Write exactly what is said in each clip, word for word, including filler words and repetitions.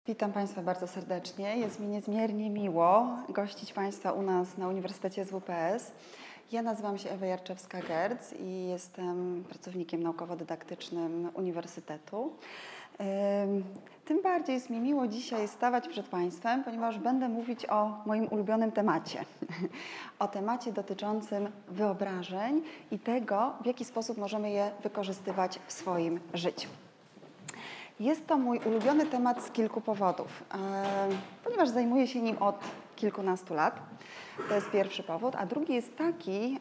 Witam Państwa bardzo serdecznie. Jest mi niezmiernie miło gościć Państwa u nas na Uniwersytecie S W P S. Ja nazywam się Ewa Jarczewska-Gerc i jestem pracownikiem naukowo-dydaktycznym Uniwersytetu. Tym bardziej jest mi miło dzisiaj stawać przed Państwem, ponieważ będę mówić o moim ulubionym temacie. O temacie dotyczącym wyobrażeń i tego, w jaki sposób możemy je wykorzystywać w swoim życiu. Jest to mój ulubiony temat z kilku powodów, ponieważ zajmuję się nim od kilkunastu lat. To jest pierwszy powód, a drugi jest taki,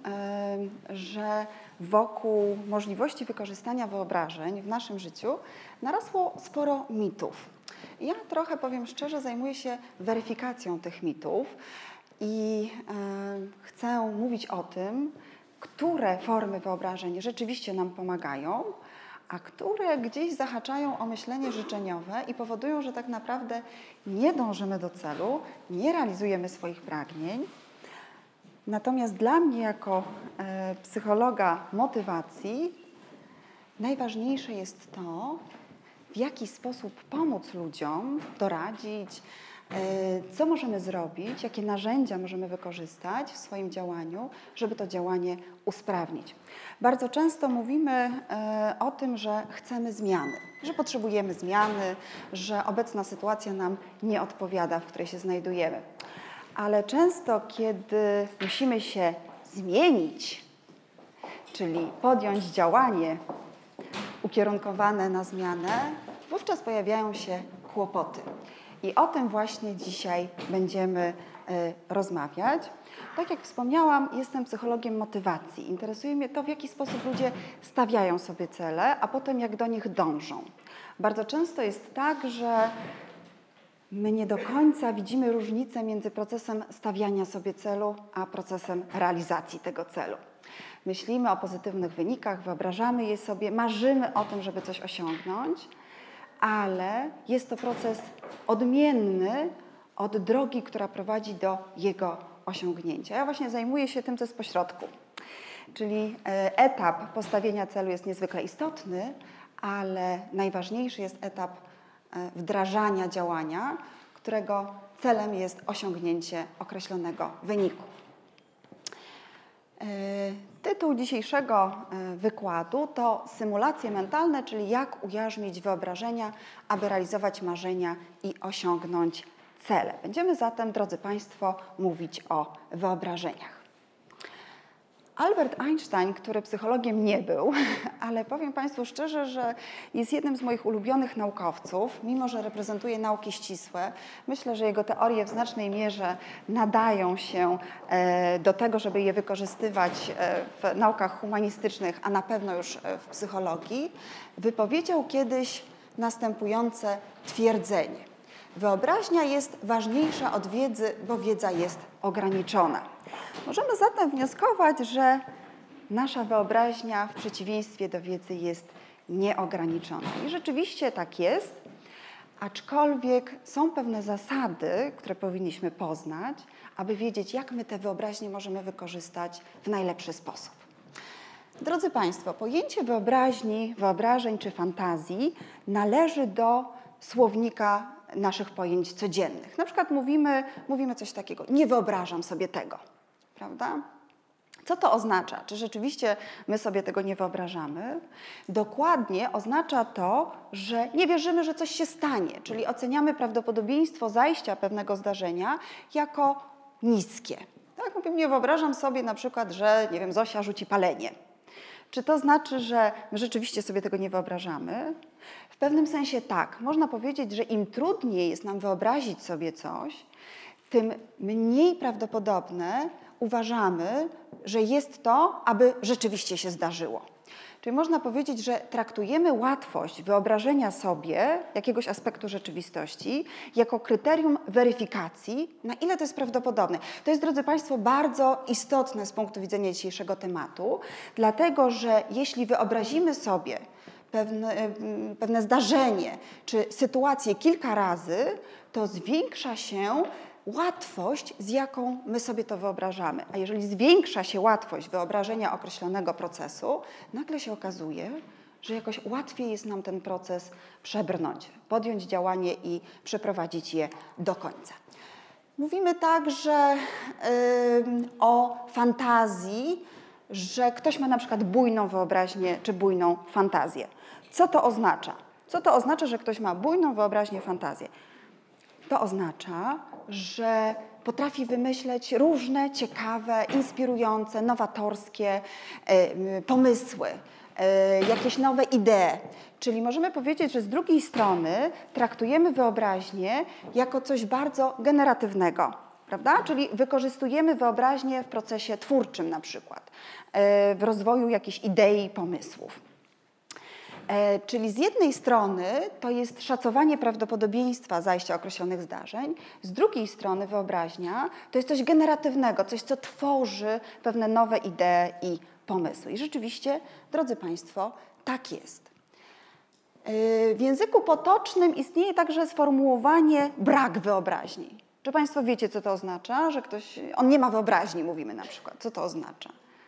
że wokół możliwości wykorzystania wyobrażeń w naszym życiu narosło sporo mitów. Ja trochę, powiem szczerze, zajmuję się weryfikacją tych mitów i chcę mówić o tym, które formy wyobrażeń rzeczywiście nam pomagają, a które gdzieś zahaczają o myślenie życzeniowe i powodują, że tak naprawdę nie dążymy do celu, nie realizujemy swoich pragnień. Natomiast dla mnie jako e, psychologa motywacji najważniejsze jest to, w jaki sposób pomóc ludziom, doradzić, co możemy zrobić, jakie narzędzia możemy wykorzystać w swoim działaniu, żeby to działanie usprawnić. Bardzo często mówimy o tym, że chcemy zmiany, że potrzebujemy zmiany, że obecna sytuacja nam nie odpowiada, w której się znajdujemy. Ale często, kiedy musimy się zmienić, czyli podjąć działanie ukierunkowane na zmianę, wówczas pojawiają się kłopoty. I o tym właśnie dzisiaj będziemy y, rozmawiać. Tak jak wspomniałam, jestem psychologiem motywacji. Interesuje mnie to, w jaki sposób ludzie stawiają sobie cele, a potem jak do nich dążą. Bardzo często jest tak, że my nie do końca widzimy różnicę między procesem stawiania sobie celu, a procesem realizacji tego celu. Myślimy o pozytywnych wynikach, wyobrażamy je sobie, marzymy o tym, żeby coś osiągnąć, ale jest to proces odmienny od drogi, która prowadzi do jego osiągnięcia. Ja właśnie zajmuję się tym, co jest pośrodku. Czyli etap postawienia celu jest niezwykle istotny, ale najważniejszy jest etap wdrażania działania, którego celem jest osiągnięcie określonego wyniku. Tytuł dzisiejszego wykładu to symulacje mentalne, czyli jak ujarzmić wyobrażenia, aby realizować marzenia i osiągnąć cele. Będziemy zatem, drodzy Państwo, mówić o wyobrażeniach. Albert Einstein, który psychologiem nie był, ale powiem Państwu szczerze, że jest jednym z moich ulubionych naukowców, mimo że reprezentuje nauki ścisłe. Myślę, że jego teorie w znacznej mierze nadają się do tego, żeby je wykorzystywać w naukach humanistycznych, a na pewno już w psychologii. Wypowiedział kiedyś następujące twierdzenie. Wyobraźnia jest ważniejsza od wiedzy, bo wiedza jest ograniczona. Możemy zatem wnioskować, że nasza wyobraźnia w przeciwieństwie do wiedzy jest nieograniczona. I rzeczywiście tak jest, aczkolwiek są pewne zasady, które powinniśmy poznać, aby wiedzieć, jak my te wyobraźnie możemy wykorzystać w najlepszy sposób. Drodzy Państwo, pojęcie wyobraźni, wyobrażeń czy fantazji należy do słownika naszych pojęć codziennych. Na przykład mówimy, mówimy coś takiego, nie wyobrażam sobie tego, prawda? Co to oznacza? Czy rzeczywiście my sobie tego nie wyobrażamy? Dokładnie oznacza to, że nie wierzymy, że coś się stanie, czyli oceniamy prawdopodobieństwo zajścia pewnego zdarzenia jako niskie. Tak, mówię, nie wyobrażam sobie na przykład, że nie wiem, Zosia rzuci palenie. Czy to znaczy, że my rzeczywiście sobie tego nie wyobrażamy? W pewnym sensie tak. Można powiedzieć, że im trudniej jest nam wyobrazić sobie coś, tym mniej prawdopodobne uważamy, że jest to, aby rzeczywiście się zdarzyło. Czyli można powiedzieć, że traktujemy łatwość wyobrażenia sobie jakiegoś aspektu rzeczywistości jako kryterium weryfikacji, na ile to jest prawdopodobne. To jest, drodzy Państwo, bardzo istotne z punktu widzenia dzisiejszego tematu, dlatego że jeśli wyobrazimy sobie pewne, pewne zdarzenie czy sytuację kilka razy, to zwiększa się łatwość, z jaką my sobie to wyobrażamy. A jeżeli zwiększa się łatwość wyobrażenia określonego procesu, nagle się okazuje, że jakoś łatwiej jest nam ten proces przebrnąć, podjąć działanie i przeprowadzić je do końca. Mówimy także yy, o fantazji, że ktoś ma na przykład bujną wyobraźnię czy bujną fantazję. Co to oznacza? Co to oznacza, że ktoś ma bujną wyobraźnię, fantazję? To oznacza, że potrafi wymyśleć różne ciekawe, inspirujące, nowatorskie y, pomysły, y, jakieś nowe idee. Czyli możemy powiedzieć, że z drugiej strony traktujemy wyobraźnię jako coś bardzo generatywnego, prawda? Czyli wykorzystujemy wyobraźnię w procesie twórczym na przykład, y, w rozwoju jakichś idei, pomysłów. E, czyli z jednej strony to jest szacowanie prawdopodobieństwa zajścia określonych zdarzeń, z drugiej strony wyobraźnia to jest coś generatywnego, coś, co tworzy pewne nowe idee i pomysły. I rzeczywiście, drodzy Państwo, tak jest. E, w języku potocznym istnieje także sformułowanie brak wyobraźni. Czy Państwo wiecie, co to oznacza? Że ktoś, on nie ma wyobraźni, mówimy na przykład. Co to oznacza?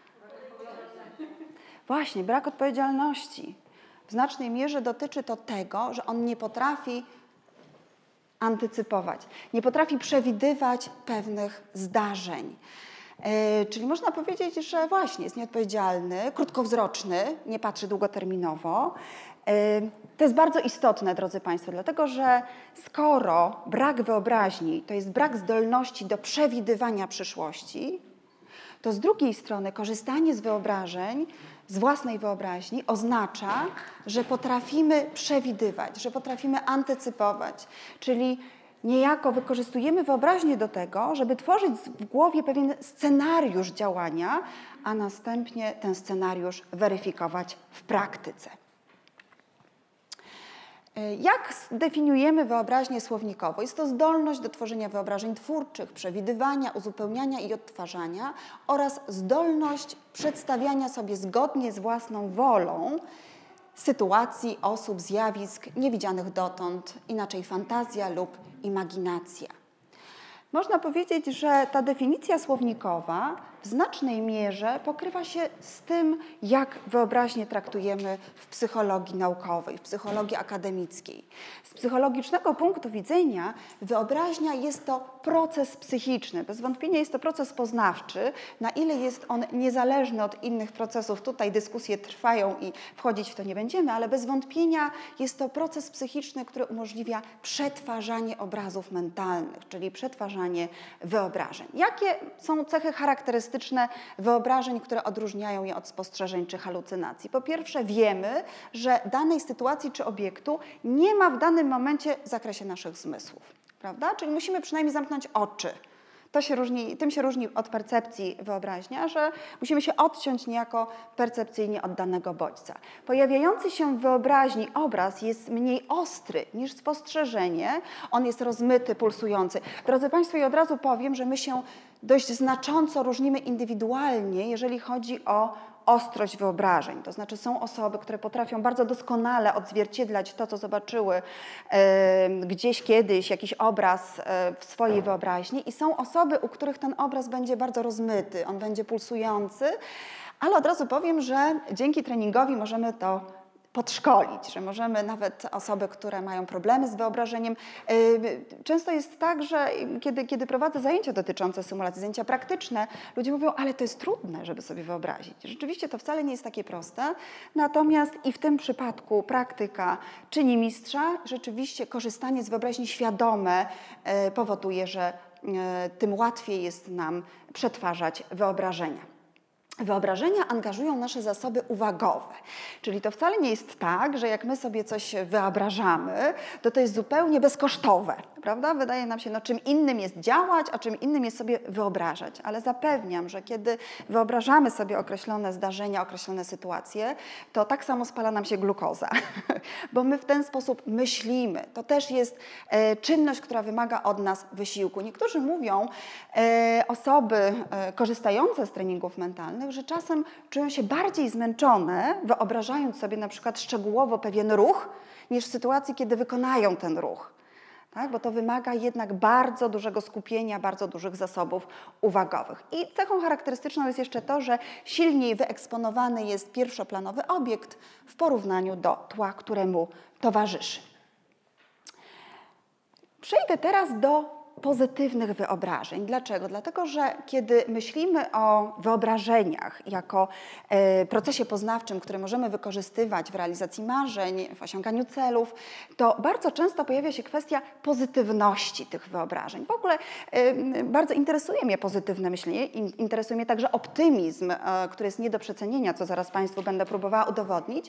Właśnie, brak odpowiedzialności. W znacznej mierze dotyczy to tego, że on nie potrafi antycypować, nie potrafi przewidywać pewnych zdarzeń. Yy, czyli można powiedzieć, że właśnie jest nieodpowiedzialny, krótkowzroczny, nie patrzy długoterminowo. Yy, to jest bardzo istotne, drodzy Państwo, dlatego że skoro brak wyobraźni to jest brak zdolności do przewidywania przyszłości, to z drugiej strony korzystanie z wyobrażeń, z własnej wyobraźni oznacza, że potrafimy przewidywać, że potrafimy antycypować, czyli niejako wykorzystujemy wyobraźnię do tego, żeby tworzyć w głowie pewien scenariusz działania, a następnie ten scenariusz weryfikować w praktyce. Jak definiujemy wyobraźnię słownikowo? Jest to zdolność do tworzenia wyobrażeń twórczych, przewidywania, uzupełniania i odtwarzania oraz zdolność przedstawiania sobie zgodnie z własną wolą sytuacji, osób, zjawisk niewidzianych dotąd, inaczej fantazja lub imaginacja. Można powiedzieć, że ta definicja słownikowa w znacznej mierze pokrywa się z tym, jak wyobraźnię traktujemy w psychologii naukowej, w psychologii akademickiej. Z psychologicznego punktu widzenia wyobraźnia jest to proces psychiczny. Bez wątpienia jest to proces poznawczy. Na ile jest on niezależny od innych procesów, tutaj dyskusje trwają i wchodzić w to nie będziemy, ale bez wątpienia jest to proces psychiczny, który umożliwia przetwarzanie obrazów mentalnych, czyli przetwarzanie wyobrażeń. Jakie są cechy charakterystyczne wyobrażeń, które odróżniają je od spostrzeżeń czy halucynacji? Po pierwsze, wiemy, że danej sytuacji czy obiektu nie ma w danym momencie w zakresie naszych zmysłów, prawda? Czyli musimy przynajmniej zamknąć oczy. To się różni, tym się różni od percepcji wyobraźnia, że musimy się odciąć niejako percepcyjnie od danego bodźca. Pojawiający się w wyobraźni obraz jest mniej ostry niż spostrzeżenie. On jest rozmyty, pulsujący. Drodzy Państwo, i od razu powiem, że my się dość znacząco różnimy indywidualnie, jeżeli chodzi o ostrość wyobrażeń. To znaczy są osoby, które potrafią bardzo doskonale odzwierciedlać to, co zobaczyły e, gdzieś kiedyś, jakiś obraz e, w swojej wyobraźni i są osoby, u których ten obraz będzie bardzo rozmyty, on będzie pulsujący, ale od razu powiem, że dzięki treningowi możemy to podszkolić, że możemy nawet osoby, które mają problemy z wyobrażeniem. Często jest tak, że kiedy, kiedy prowadzę zajęcia dotyczące symulacji, zajęcia praktyczne, ludzie mówią, ale to jest trudne, żeby sobie wyobrazić. Rzeczywiście to wcale nie jest takie proste, natomiast i w tym przypadku praktyka czyni mistrza. Rzeczywiście korzystanie z wyobraźni świadome powoduje, że tym łatwiej jest nam przetwarzać wyobrażenia. Wyobrażenia angażują nasze zasoby uwagowe, czyli to wcale nie jest tak, że jak my sobie coś wyobrażamy, to to jest zupełnie bezkosztowe, prawda? Wydaje nam się, no czym innym jest działać, a czym innym jest sobie wyobrażać, ale zapewniam, że kiedy wyobrażamy sobie określone zdarzenia, określone sytuacje, to tak samo spala nam się glukoza, bo my w ten sposób myślimy. To też jest e, czynność, która wymaga od nas wysiłku. Niektórzy mówią, e, osoby e, korzystające z treningów mentalnych, że czasem czują się bardziej zmęczone, wyobrażając sobie na przykład szczegółowo pewien ruch, niż w sytuacji, kiedy wykonają ten ruch. tak? Bo to wymaga jednak bardzo dużego skupienia, bardzo dużych zasobów uwagowych. I cechą charakterystyczną jest jeszcze to, że silniej wyeksponowany jest pierwszoplanowy obiekt w porównaniu do tła, któremu towarzyszy. Przejdę teraz do pozytywnych wyobrażeń. Dlaczego? Dlatego, że kiedy myślimy o wyobrażeniach jako e, procesie poznawczym, który możemy wykorzystywać w realizacji marzeń, w osiąganiu celów, to bardzo często pojawia się kwestia pozytywności tych wyobrażeń. W ogóle e, bardzo interesuje mnie pozytywne myślenie, interesuje mnie także optymizm, e, który jest nie do przecenienia, co zaraz Państwu będę próbowała udowodnić.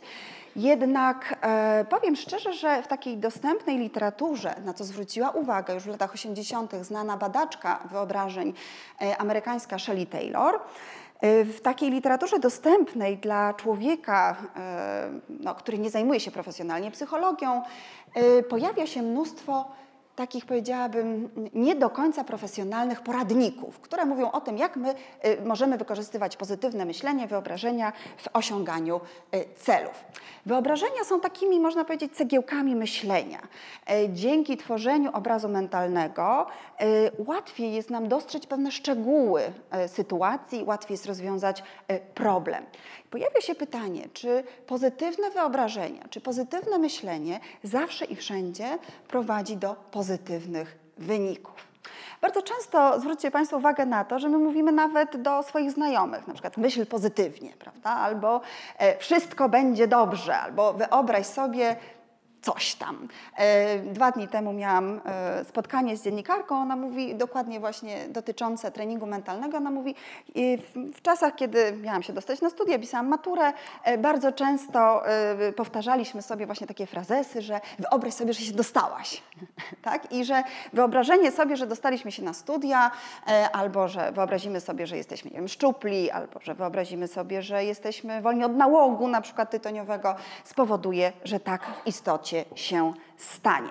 Jednak e, powiem szczerze, że w takiej dostępnej literaturze, na co zwróciła uwagę już w latach osiemdziesiątych znana badaczka wyobrażeń e, amerykańska Shelley Taylor, e, w takiej literaturze dostępnej dla człowieka, e, no, który nie zajmuje się profesjonalnie psychologią, e, pojawia się mnóstwo takich, powiedziałabym, nie do końca profesjonalnych poradników, które mówią o tym, jak my y, możemy wykorzystywać pozytywne myślenie, wyobrażenia w osiąganiu y, celów. Wyobrażenia są takimi, można powiedzieć, cegiełkami myślenia. Y, dzięki tworzeniu obrazu mentalnego y, łatwiej jest nam dostrzec pewne szczegóły y, sytuacji, łatwiej jest rozwiązać y, problem. Pojawia się pytanie, czy pozytywne wyobrażenia, czy pozytywne myślenie zawsze i wszędzie prowadzi do pozytywnych wyników. Bardzo często zwróćcie Państwo uwagę na to, że my mówimy nawet do swoich znajomych, na przykład myśl pozytywnie, prawda? Albo e, wszystko będzie dobrze, albo wyobraź sobie coś tam. E, dwa dni temu miałam e, spotkanie z dziennikarką, ona mówi dokładnie właśnie dotyczące treningu mentalnego, ona mówi i w, w czasach, kiedy miałam się dostać na studia, pisałam maturę, e, bardzo często e, powtarzaliśmy sobie właśnie takie frazesy, że wyobraź sobie, że się dostałaś, tak? I że wyobrażenie sobie, że dostaliśmy się na studia, e, albo że wyobrazimy sobie, że jesteśmy, nie wiem, szczupli, albo że wyobrazimy sobie, że jesteśmy wolni od nałogu, na przykład tytoniowego, spowoduje, że tak w istocie się stanie.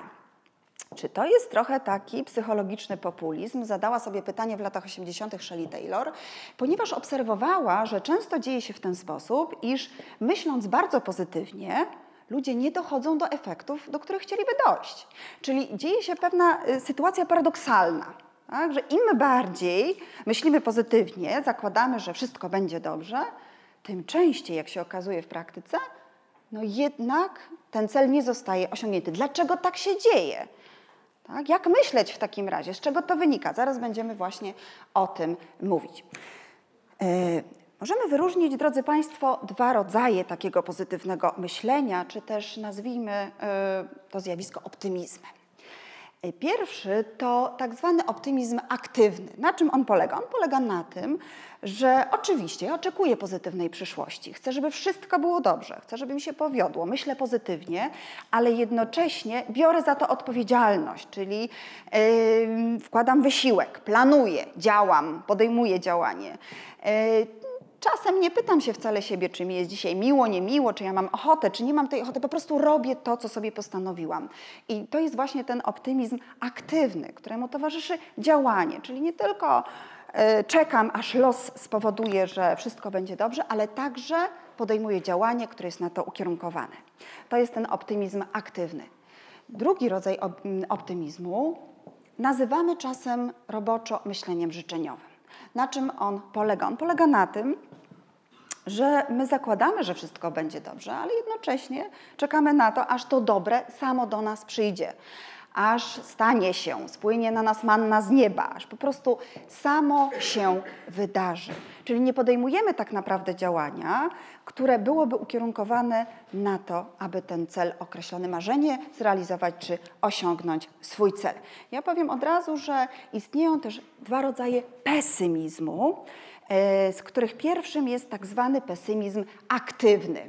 Czy to jest trochę taki psychologiczny populizm? Zadała sobie pytanie w latach osiemdziesiątych Shelley Taylor, ponieważ obserwowała, że często dzieje się w ten sposób, iż myśląc bardzo pozytywnie, ludzie nie dochodzą do efektów, do których chcieliby dojść. Czyli dzieje się pewna y, sytuacja paradoksalna, tak? Że im bardziej myślimy pozytywnie, zakładamy, że wszystko będzie dobrze, tym częściej, jak się okazuje w praktyce, no jednak ten cel nie zostaje osiągnięty. Dlaczego tak się dzieje? Tak? Jak myśleć w takim razie? Z czego to wynika? Zaraz będziemy właśnie o tym mówić. Yy, możemy wyróżnić, drodzy Państwo, dwa rodzaje takiego pozytywnego myślenia, czy też nazwijmy yy, to zjawisko optymizmem. Pierwszy to tak zwany optymizm aktywny. Na czym on polega? On polega na tym, że oczywiście ja oczekuję pozytywnej przyszłości. Chcę, żeby wszystko było dobrze. Chcę, żeby mi się powiodło. Myślę pozytywnie, ale jednocześnie biorę za to odpowiedzialność, czyli yy, wkładam wysiłek, planuję, działam, podejmuję działanie. Yy, Czasem nie pytam się wcale siebie, czy mi jest dzisiaj miło, niemiło, czy ja mam ochotę, czy nie mam tej ochoty. Po prostu robię to, co sobie postanowiłam. I to jest właśnie ten optymizm aktywny, któremu towarzyszy działanie. Czyli nie tylko y, czekam, aż los spowoduje, że wszystko będzie dobrze, ale także podejmuję działanie, które jest na to ukierunkowane. To jest ten optymizm aktywny. Drugi rodzaj op optymizmu nazywamy czasem roboczo myśleniem życzeniowym. Na czym on polega? On polega na tym, że my zakładamy, że wszystko będzie dobrze, ale jednocześnie czekamy na to, aż to dobre samo do nas przyjdzie, aż stanie się, spłynie na nas manna z nieba, aż po prostu samo się wydarzy. Czyli nie podejmujemy tak naprawdę działania, które byłoby ukierunkowane na to, aby ten cel, określone marzenie zrealizować czy osiągnąć swój cel. Ja powiem od razu, że istnieją też dwa rodzaje pesymizmu, z których pierwszym jest tak zwany pesymizm aktywny.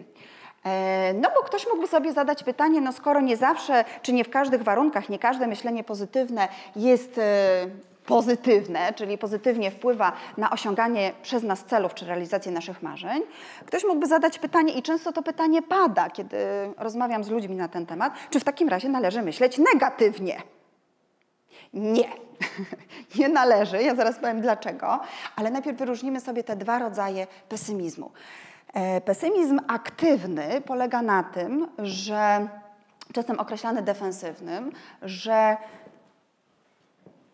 No bo ktoś mógł sobie zadać pytanie, no skoro nie zawsze, czy nie w każdych warunkach, nie każde myślenie pozytywne jest pozytywne, czyli pozytywnie wpływa na osiąganie przez nas celów czy realizację naszych marzeń, ktoś mógłby zadać pytanie i często to pytanie pada, kiedy rozmawiam z ludźmi na ten temat, czy w takim razie należy myśleć negatywnie? Nie, nie należy, ja zaraz powiem dlaczego, ale najpierw wyróżnimy sobie te dwa rodzaje pesymizmu. Pesymizm aktywny polega na tym, że czasem określany defensywnym, że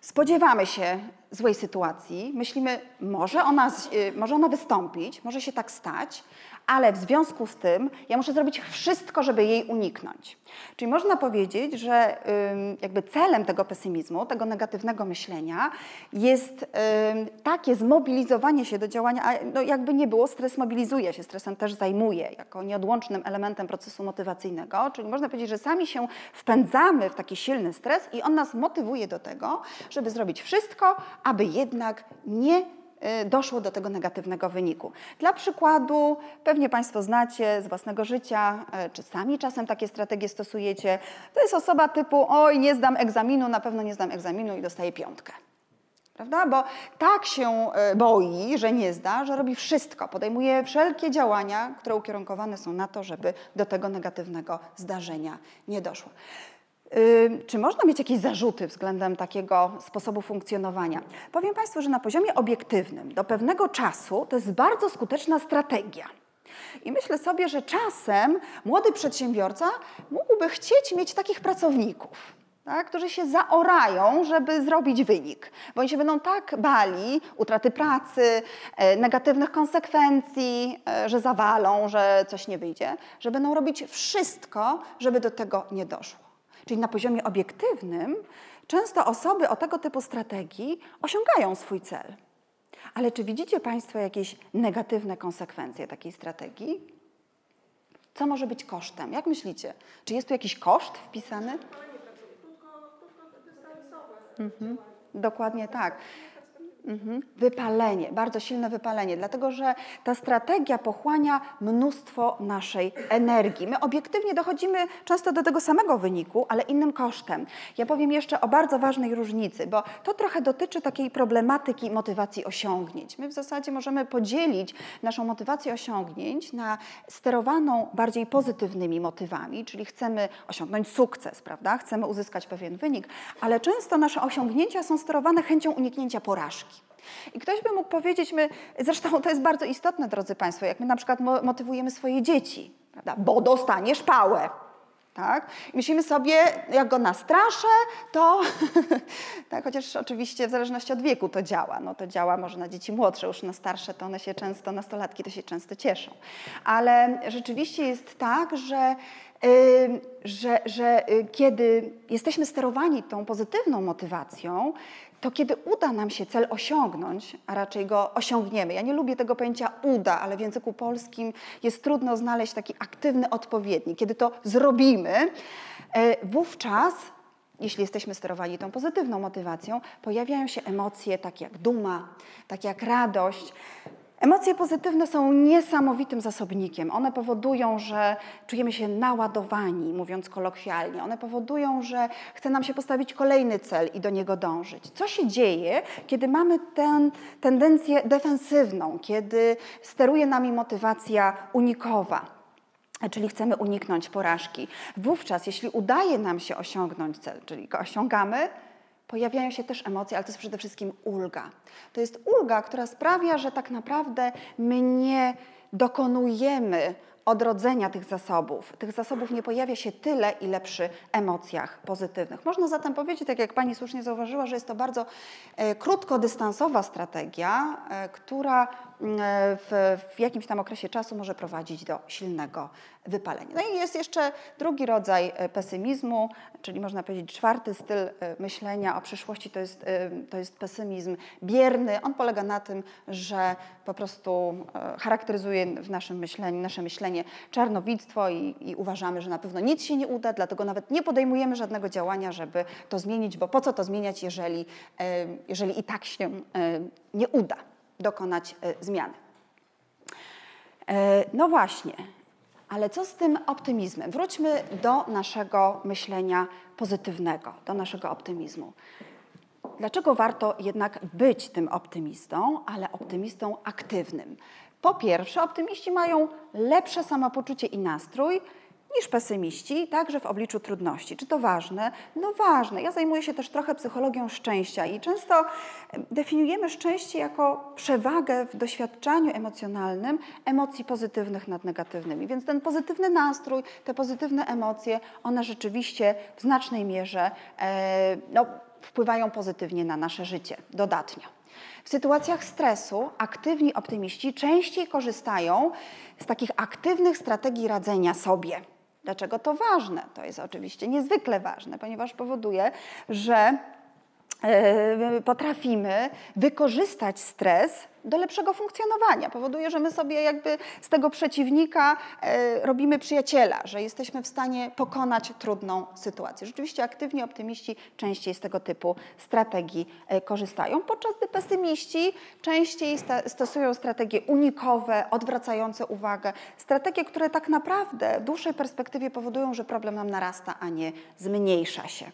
spodziewamy się złej sytuacji, myślimy, może ona, może ona wystąpić, może się tak stać, ale w związku z tym ja muszę zrobić wszystko, żeby jej uniknąć. Czyli można powiedzieć, że jakby celem tego pesymizmu, tego negatywnego myślenia jest takie zmobilizowanie się do działania, a no jakby nie było, stres mobilizuje się, stresem też zajmuje jako nieodłącznym elementem procesu motywacyjnego, czyli można powiedzieć, że sami się wpędzamy w taki silny stres i on nas motywuje do tego, żeby zrobić wszystko, aby jednak nie doszło do tego negatywnego wyniku. Dla przykładu, pewnie Państwo znacie z własnego życia, czy sami czasem takie strategie stosujecie, to jest osoba typu, oj, nie zdam egzaminu, na pewno nie zdam egzaminu i dostaję piątkę. Prawda? Bo tak się boi, że nie zda, że robi wszystko, podejmuje wszelkie działania, które ukierunkowane są na to, żeby do tego negatywnego zdarzenia nie doszło. Czy można mieć jakieś zarzuty względem takiego sposobu funkcjonowania? Powiem Państwu, że na poziomie obiektywnym do pewnego czasu to jest bardzo skuteczna strategia. I myślę sobie, że czasem młody przedsiębiorca mógłby chcieć mieć takich pracowników, tak, którzy się zaorają, żeby zrobić wynik. Bo oni się będą tak bali utraty pracy, negatywnych konsekwencji, że zawalą, że coś nie wyjdzie, że będą robić wszystko, żeby do tego nie doszło. Czyli na poziomie obiektywnym często osoby o tego typu strategii osiągają swój cel. Ale czy widzicie Państwo jakieś negatywne konsekwencje takiej strategii? Co może być kosztem? Jak myślicie? Czy jest tu jakiś koszt wpisany? Mhm. Dokładnie tak. Mhm. Wypalenie, bardzo silne wypalenie, dlatego że ta strategia pochłania mnóstwo naszej energii. My obiektywnie dochodzimy często do tego samego wyniku, ale innym kosztem. Ja powiem jeszcze o bardzo ważnej różnicy, bo to trochę dotyczy takiej problematyki motywacji osiągnięć. My w zasadzie możemy podzielić naszą motywację osiągnięć na sterowaną bardziej pozytywnymi motywami, czyli chcemy osiągnąć sukces, prawda? Chcemy uzyskać pewien wynik, ale często nasze osiągnięcia są sterowane chęcią uniknięcia porażki. I ktoś by mógł powiedzieć, my, zresztą to jest bardzo istotne, drodzy Państwo, jak my na przykład motywujemy swoje dzieci, prawda? Bo dostaniesz pałę. Tak? I myślimy sobie, jak go nastraszę, to, tak, chociaż oczywiście w zależności od wieku to działa. No to działa może na dzieci młodsze, już na starsze to one się często, nastolatki to się często cieszą. Ale rzeczywiście jest tak, że, yy, że, że yy, kiedy jesteśmy sterowani tą pozytywną motywacją, to kiedy uda nam się cel osiągnąć, a raczej go osiągniemy. Ja nie lubię tego pojęcia uda, ale w języku polskim jest trudno znaleźć taki aktywny odpowiednik. Kiedy to zrobimy, wówczas, jeśli jesteśmy sterowani tą pozytywną motywacją, pojawiają się emocje takie jak duma, takie jak radość. Emocje pozytywne są niesamowitym zasobnikiem. One powodują, że czujemy się naładowani, mówiąc kolokwialnie. One powodują, że chce nam się postawić kolejny cel i do niego dążyć. Co się dzieje, kiedy mamy tę tendencję defensywną, kiedy steruje nami motywacja unikowa, czyli chcemy uniknąć porażki? Wówczas, jeśli udaje nam się osiągnąć cel, czyli go osiągamy, pojawiają się też emocje, ale to jest przede wszystkim ulga. To jest ulga, która sprawia, że tak naprawdę my nie dokonujemy odrodzenia tych zasobów. Tych zasobów nie pojawia się tyle, ile przy emocjach pozytywnych. Można zatem powiedzieć, tak jak Pani słusznie zauważyła, że jest to bardzo e, krótkodystansowa strategia, e, która e, w, w jakimś tam okresie czasu może prowadzić do silnego wypalenia. No i jest jeszcze drugi rodzaj pesymizmu, czyli można powiedzieć czwarty styl myślenia o przyszłości, to jest, to jest pesymizm bierny. On polega na tym, że po prostu charakteryzuje w naszym myśleniu, nasze myślenie czarnowidztwo i, i uważamy, że na pewno nic się nie uda, dlatego nawet nie podejmujemy żadnego działania, żeby to zmienić, bo po co to zmieniać, jeżeli, jeżeli i tak się nie uda dokonać zmiany. No właśnie. Ale co z tym optymizmem? Wróćmy do naszego myślenia pozytywnego, do naszego optymizmu. Dlaczego warto jednak być tym optymistą, ale optymistą aktywnym? Po pierwsze, optymiści mają lepsze samopoczucie i nastrój niż pesymiści, także w obliczu trudności. Czy to ważne? No ważne. Ja zajmuję się też trochę psychologią szczęścia i często definiujemy szczęście jako przewagę w doświadczaniu emocjonalnym emocji pozytywnych nad negatywnymi. Więc ten pozytywny nastrój, te pozytywne emocje, one rzeczywiście w znacznej mierze e, no, wpływają pozytywnie na nasze życie, dodatnio. W sytuacjach stresu aktywni optymiści częściej korzystają z takich aktywnych strategii radzenia sobie. Dlaczego to ważne? To jest oczywiście niezwykle ważne, ponieważ powoduje, że potrafimy wykorzystać stres do lepszego funkcjonowania. Powoduje, że my sobie jakby z tego przeciwnika robimy przyjaciela, że jesteśmy w stanie pokonać trudną sytuację. Rzeczywiście aktywni optymiści częściej z tego typu strategii korzystają, podczas gdy pesymiści częściej stosują strategie unikowe, odwracające uwagę, strategie, które tak naprawdę w dłuższej perspektywie powodują, że problem nam narasta, a nie zmniejsza się.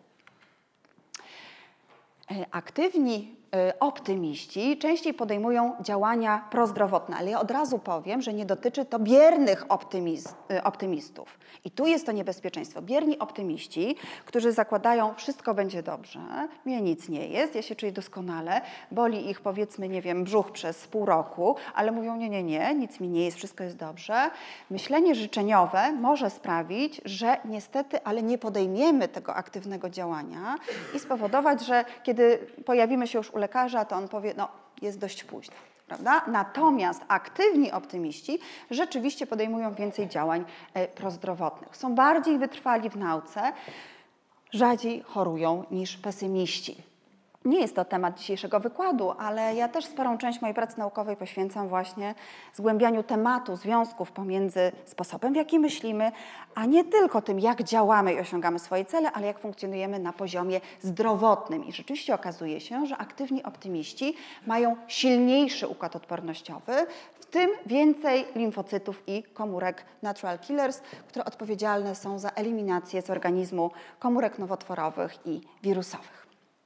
Aktywni optymiści częściej podejmują działania prozdrowotne, ale ja od razu powiem, że nie dotyczy to biernych optymiz- optymistów. I tu jest to niebezpieczeństwo. Bierni optymiści, którzy zakładają, wszystko będzie dobrze, mnie nic nie jest, ja się czuję doskonale, boli ich powiedzmy, nie wiem, brzuch przez pół roku, ale mówią nie, nie, nie, nic mi nie jest, wszystko jest dobrze. Myślenie życzeniowe może sprawić, że niestety, ale nie podejmiemy tego aktywnego działania i spowodować, że kiedy pojawimy się już u lekarza, to on powie, no jest dość późno. Prawda? Natomiast aktywni optymiści rzeczywiście podejmują więcej działań prozdrowotnych. Są bardziej wytrwali w nauce, rzadziej chorują niż pesymiści. Nie jest to temat dzisiejszego wykładu, ale ja też sporą część mojej pracy naukowej poświęcam właśnie zgłębianiu tematu, związków pomiędzy sposobem, w jaki myślimy, a nie tylko tym, jak działamy i osiągamy swoje cele, ale jak funkcjonujemy na poziomie zdrowotnym. I rzeczywiście okazuje się, że aktywni optymiści mają silniejszy układ odpornościowy, w tym więcej limfocytów i komórek natural killers, które odpowiedzialne są za eliminację z organizmu komórek nowotworowych i wirusowych.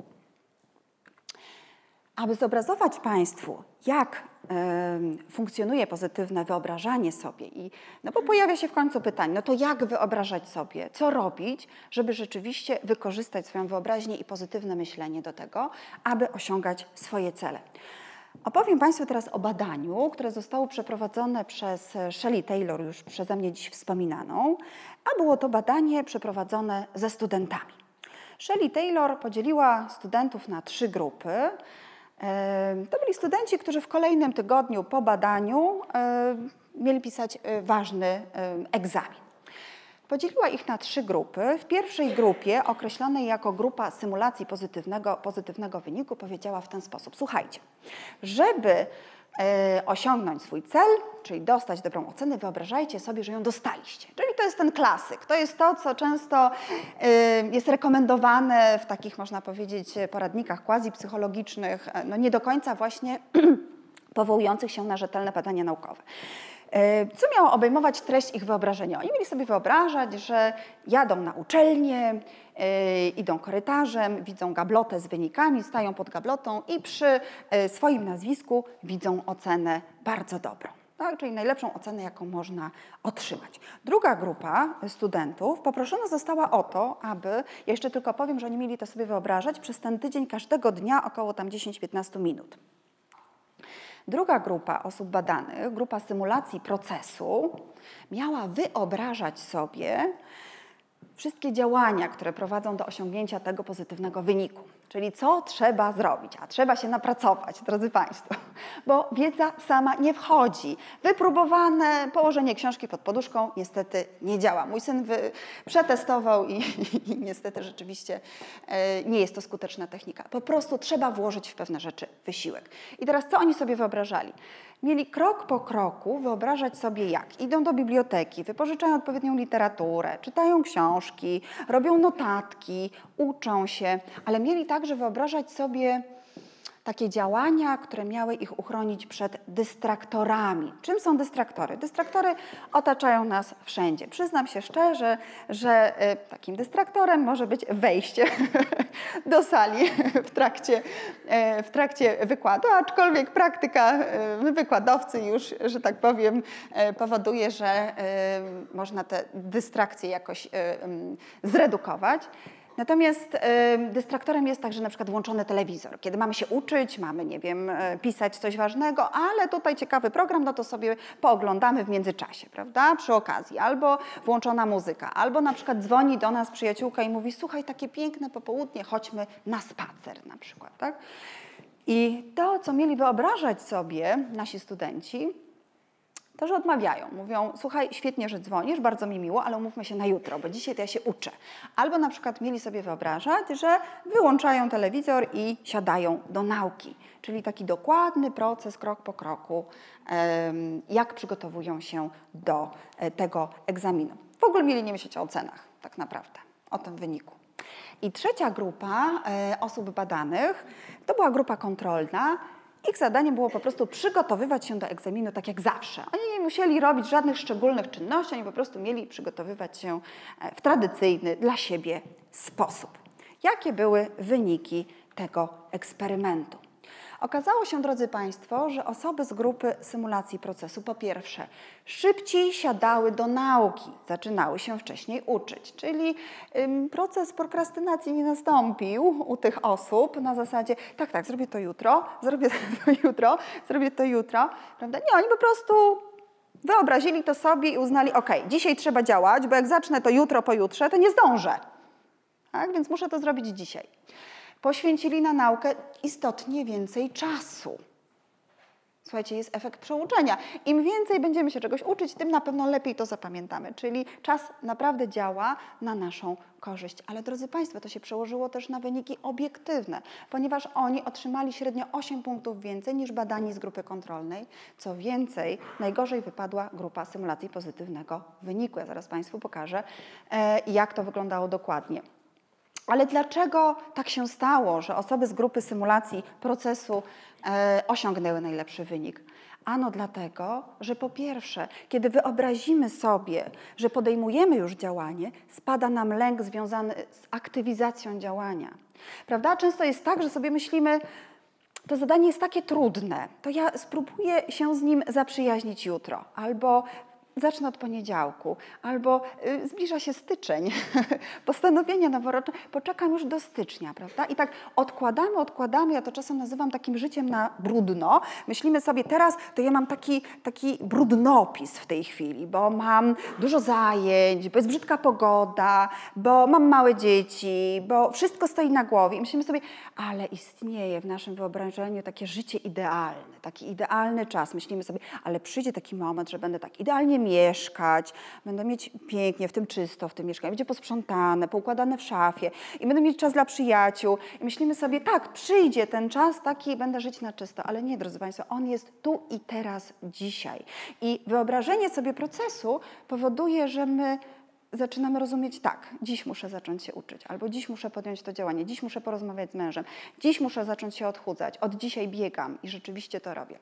Aby zobrazować Państwu, jak y, funkcjonuje pozytywne wyobrażanie sobie, i, no bo pojawia się w końcu pytanie, no to jak wyobrażać sobie, co robić, żeby rzeczywiście wykorzystać swoją wyobraźnię i pozytywne myślenie do tego, aby osiągać swoje cele. Opowiem Państwu teraz o badaniu, które zostało przeprowadzone przez Shelley Taylor, już przeze mnie dziś wspominaną, a było to badanie przeprowadzone ze studentami. Shelley Taylor podzieliła studentów na trzy grupy. To byli studenci, którzy w kolejnym tygodniu po badaniu mieli pisać ważny egzamin. Podzieliła ich na trzy grupy. W pierwszej grupie, określonej jako grupa symulacji pozytywnego, pozytywnego wyniku, powiedziała w ten sposób: słuchajcie, żeby osiągnąć swój cel, czyli dostać dobrą ocenę, wyobrażajcie sobie, że ją dostaliście. Czyli to jest ten klasyk. To jest to, co często jest rekomendowane w takich, można powiedzieć, poradnikach quasi-psychologicznych, no nie do końca właśnie powołujących się na rzetelne badania naukowe. Co miało obejmować treść ich wyobrażenia? Oni mieli sobie wyobrażać, że jadą na uczelnię, yy, idą korytarzem, widzą gablotę z wynikami, stają pod gablotą i przy yy, swoim nazwisku widzą ocenę bardzo dobrą. Tak? Czyli najlepszą ocenę, jaką można otrzymać. Druga grupa studentów poproszona została o to, aby, ja jeszcze tylko powiem, że oni mieli to sobie wyobrażać przez ten tydzień każdego dnia około tam dziesięć do piętnastu minut. Druga grupa osób badanych, grupa symulacji procesu, miała wyobrażać sobie wszystkie działania, które prowadzą do osiągnięcia tego pozytywnego wyniku. Czyli co trzeba zrobić? A trzeba się napracować, drodzy Państwo, bo wiedza sama nie wchodzi. Wypróbowane położenie książki pod poduszką niestety nie działa. Mój syn wy... przetestował i, i niestety rzeczywiście e, nie jest to skuteczna technika. Po prostu trzeba włożyć w pewne rzeczy wysiłek. I teraz co oni sobie wyobrażali? Mieli krok po kroku wyobrażać sobie jak. Idą do biblioteki, wypożyczają odpowiednią literaturę, czytają książki, robią notatki, uczą się, ale mieli także wyobrażać sobie takie działania, które miały ich uchronić przed dystraktorami. Czym są dystraktory? Dystraktory otaczają nas wszędzie. Przyznam się szczerze, że takim dystraktorem może być wejście do sali w trakcie, w trakcie wykładu, aczkolwiek praktyka wykładowcy już, że tak powiem, powoduje, że można te dystrakcje jakoś zredukować. Natomiast y, dystraktorem jest także na przykład włączony telewizor. Kiedy mamy się uczyć, mamy, nie wiem, y, pisać coś ważnego, ale tutaj ciekawy program, no to sobie pooglądamy w międzyczasie, prawda, przy okazji. Albo włączona muzyka, albo na przykład dzwoni do nas przyjaciółka i mówi: słuchaj, takie piękne popołudnie, chodźmy na spacer na przykład, tak? I to, co mieli wyobrażać sobie nasi studenci, to, że odmawiają. Mówią: słuchaj, świetnie, że dzwonisz, bardzo mi miło, ale umówmy się na jutro, bo dzisiaj to ja się uczę. Albo na przykład mieli sobie wyobrażać, że wyłączają telewizor i siadają do nauki. Czyli taki dokładny proces, krok po kroku, jak przygotowują się do tego egzaminu. W ogóle mieli nie myśleć o ocenach, tak naprawdę, o tym wyniku. I trzecia grupa osób badanych to była grupa kontrolna. Ich zadaniem było po prostu przygotowywać się do egzaminu tak jak zawsze. Oni nie musieli robić żadnych szczególnych czynności, oni po prostu mieli przygotowywać się w tradycyjny dla siebie sposób. Jakie były wyniki tego eksperymentu? Okazało się, drodzy Państwo, że osoby z grupy symulacji procesu po pierwsze szybciej siadały do nauki, zaczynały się wcześniej uczyć, czyli ym, proces prokrastynacji nie nastąpił u tych osób na zasadzie tak, tak, zrobię to jutro, zrobię to jutro, zrobię to jutro, prawda? Nie, oni po prostu wyobrazili to sobie i uznali: ok, dzisiaj trzeba działać, bo jak zacznę to jutro, pojutrze, to nie zdążę, tak? Więc muszę to zrobić dzisiaj. Poświęcili na naukę istotnie więcej czasu. Słuchajcie, jest efekt przeuczenia. Im więcej będziemy się czegoś uczyć, tym na pewno lepiej to zapamiętamy. Czyli czas naprawdę działa na naszą korzyść. Ale drodzy Państwo, to się przełożyło też na wyniki obiektywne, ponieważ oni otrzymali średnio osiem punktów więcej niż badani z grupy kontrolnej. Co więcej, najgorzej wypadła grupa symulacji pozytywnego wyniku. Ja zaraz Państwu pokażę, jak to wyglądało dokładnie. Ale dlaczego tak się stało, że osoby z grupy symulacji procesu e, osiągnęły najlepszy wynik? Ano dlatego, że po pierwsze, kiedy wyobrazimy sobie, że podejmujemy już działanie, spada nam lęk związany z aktywizacją działania. Prawda? Często jest tak, że sobie myślimy: to zadanie jest takie trudne, to ja spróbuję się z nim zaprzyjaźnić jutro, albo zacznę od poniedziałku, albo y, zbliża się styczeń, postanowienia noworoczne, poczekam już do stycznia, prawda? I tak odkładamy, odkładamy, ja to czasem nazywam takim życiem na brudno. Myślimy sobie: teraz to ja mam taki, taki brudnopis w tej chwili, bo mam dużo zajęć, bo jest brzydka pogoda, bo mam małe dzieci, bo wszystko stoi na głowie. I myślimy sobie: ale istnieje w naszym wyobrażeniu takie życie idealne, taki idealny czas. Myślimy sobie: ale przyjdzie taki moment, że będę tak idealnie mieszkać, będę mieć pięknie, w tym czysto, w tym mieszkaniu, będzie posprzątane, poukładane w szafie i będę mieć czas dla przyjaciół. I myślimy sobie: tak, przyjdzie ten czas taki i będę żyć na czysto. Ale nie, drodzy Państwo, on jest tu i teraz, dzisiaj. I wyobrażenie sobie procesu powoduje, że my zaczynamy rozumieć: tak, dziś muszę zacząć się uczyć, albo dziś muszę podjąć to działanie, dziś muszę porozmawiać z mężem, dziś muszę zacząć się odchudzać, od dzisiaj biegam i rzeczywiście to robię.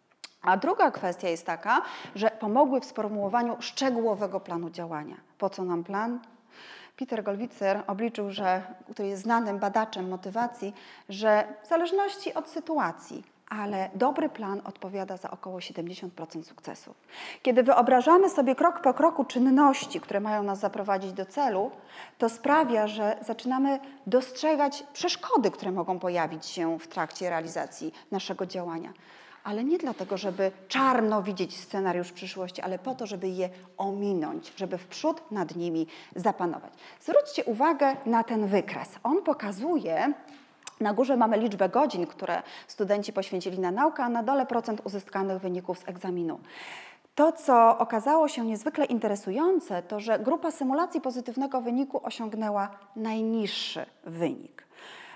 A druga kwestia jest taka, że pomogły w sformułowaniu szczegółowego planu działania. Po co nam plan? Peter Gollwitzer obliczył, że, który jest znanym badaczem motywacji, że w zależności od sytuacji, ale dobry plan odpowiada za około siedemdziesiąt procent sukcesu. Kiedy wyobrażamy sobie krok po kroku czynności, które mają nas zaprowadzić do celu, to sprawia, że zaczynamy dostrzegać przeszkody, które mogą pojawić się w trakcie realizacji naszego działania. Ale nie dlatego, żeby czarno widzieć scenariusz przyszłości, ale po to, żeby je ominąć, żeby w przód nad nimi zapanować. Zwróćcie uwagę na ten wykres. On pokazuje, na górze mamy liczbę godzin, które studenci poświęcili na naukę, a na dole procent uzyskanych wyników z egzaminu. To, co okazało się niezwykle interesujące, to że grupa symulacji pozytywnego wyniku osiągnęła najniższy wynik.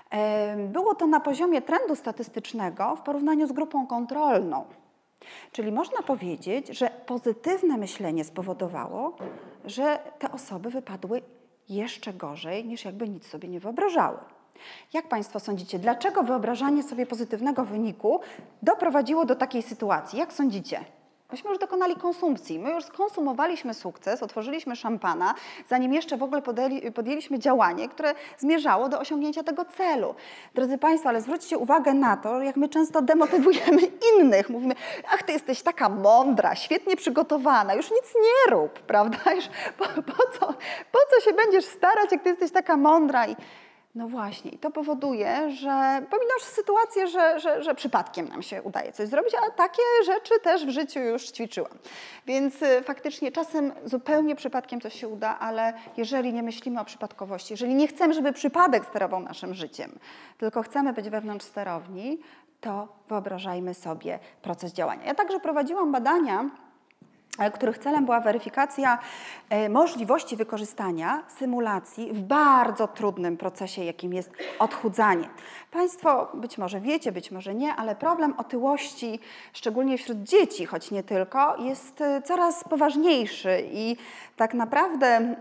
Było to na poziomie trendu statystycznego w porównaniu z grupą kontrolną. Czyli można powiedzieć, że pozytywne myślenie spowodowało, że te osoby wypadły jeszcze gorzej, niż jakby nic sobie nie wyobrażały. Jak Państwo sądzicie, dlaczego wyobrażanie sobie pozytywnego wyniku doprowadziło do takiej sytuacji? Jak sądzicie? Myśmy już dokonali konsumpcji, my już skonsumowaliśmy sukces, otworzyliśmy szampana, zanim jeszcze w ogóle podjęli, podjęliśmy działanie, które zmierzało do osiągnięcia tego celu. Drodzy Państwo, ale zwróćcie uwagę na to, jak my często demotywujemy innych. Mówimy, ach, ty jesteś taka mądra, świetnie przygotowana, już nic nie rób, prawda? Już po, po, co, po co się będziesz starać, jak ty jesteś taka mądra? I no właśnie, i to powoduje, że pominasz sytuację, że, że, że przypadkiem nam się udaje coś zrobić, a takie rzeczy też w życiu już ćwiczyłam. Więc y, faktycznie czasem zupełnie przypadkiem coś się uda, ale jeżeli nie myślimy o przypadkowości, jeżeli nie chcemy, żeby przypadek sterował naszym życiem, tylko chcemy być wewnątrz sterowni, to wyobrażajmy sobie proces działania. Ja także prowadziłam badania, których celem była weryfikacja możliwości wykorzystania symulacji w bardzo trudnym procesie, jakim jest odchudzanie. Państwo być może wiecie, być może nie, ale problem otyłości, szczególnie wśród dzieci, choć nie tylko, jest coraz poważniejszy i tak naprawdę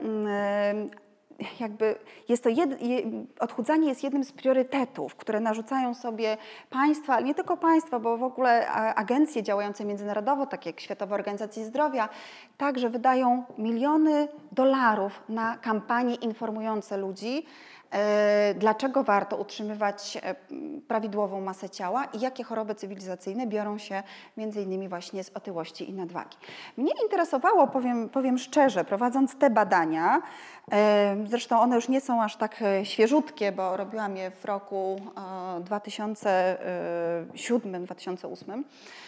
jakby jest to jed, odchudzanie jest jednym z priorytetów, które narzucają sobie państwa, ale nie tylko państwa, bo w ogóle agencje działające międzynarodowo, takie jak Światowa Organizacja Zdrowia, także wydają miliony dolarów na kampanie informujące ludzi, dlaczego warto utrzymywać prawidłową masę ciała i jakie choroby cywilizacyjne biorą się między innymi właśnie z otyłości i nadwagi. Mnie interesowało, powiem, powiem szczerze, prowadząc te badania, zresztą one już nie są aż tak świeżutkie, bo robiłam je w roku dwa tysiące siódmym dwa tysiące ósmym.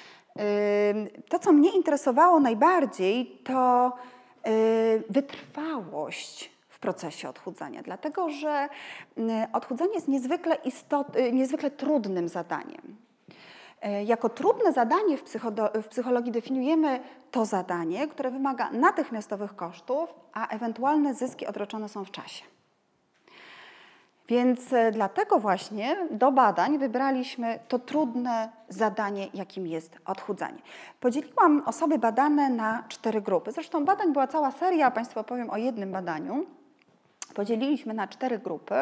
To, co mnie interesowało najbardziej, to wytrwałość w procesie odchudzania, dlatego że odchudzanie jest niezwykle, istot, niezwykle trudnym zadaniem. Jako trudne zadanie w, w psychologii definiujemy to zadanie, które wymaga natychmiastowych kosztów, a ewentualne zyski odroczone są w czasie. Więc dlatego właśnie do badań wybraliśmy to trudne zadanie, jakim jest odchudzanie. Podzieliłam osoby badane na cztery grupy. Zresztą badań była cała seria, Państwu opowiem o jednym badaniu. Podzieliliśmy na cztery grupy.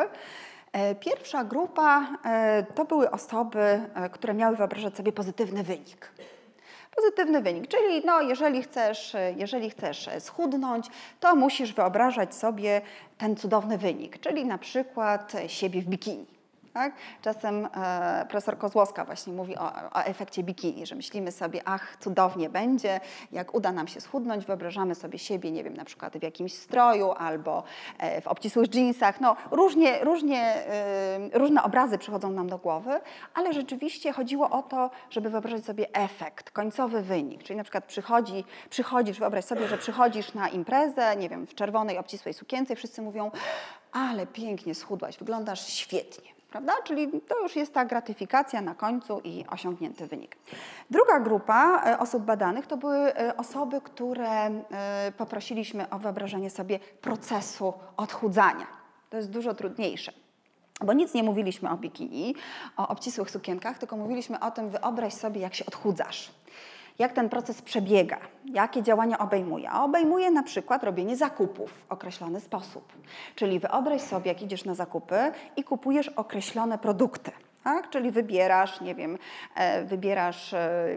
Pierwsza grupa to były osoby, które miały wyobrażać sobie pozytywny wynik. Pozytywny wynik, czyli no, jeżeli chcesz, jeżeli chcesz schudnąć, to musisz wyobrażać sobie ten cudowny wynik, czyli na przykład siebie w bikini. Tak? Czasem e, profesor Kozłowska właśnie mówi o, o efekcie bikini, że myślimy sobie, ach, cudownie będzie, jak uda nam się schudnąć, wyobrażamy sobie siebie, nie wiem, na przykład w jakimś stroju albo e, w obcisłych dżinsach. No, różnie, różnie, e, różne obrazy przychodzą nam do głowy, ale rzeczywiście chodziło o to, żeby wyobrazić sobie efekt, końcowy wynik. Czyli na przykład przychodzi, przychodzisz, wyobraź sobie, że przychodzisz na imprezę, nie wiem, w czerwonej, obcisłej sukience i wszyscy mówią, ale pięknie schudłaś, wyglądasz świetnie. Prawda? Czyli to już jest ta gratyfikacja na końcu i osiągnięty wynik. Druga grupa osób badanych to były osoby, które poprosiliśmy o wyobrażenie sobie procesu odchudzania. To jest dużo trudniejsze. Bo nic nie mówiliśmy o bikini, o obcisłych sukienkach, tylko mówiliśmy o tym, wyobraź sobie, jak się odchudzasz. Jak ten proces przebiega, jakie działania obejmuje. A obejmuje na przykład robienie zakupów w określony sposób. Czyli wyobraź sobie, jak idziesz na zakupy i kupujesz określone produkty. Tak? Czyli wybierasz, nie wiem, wybierasz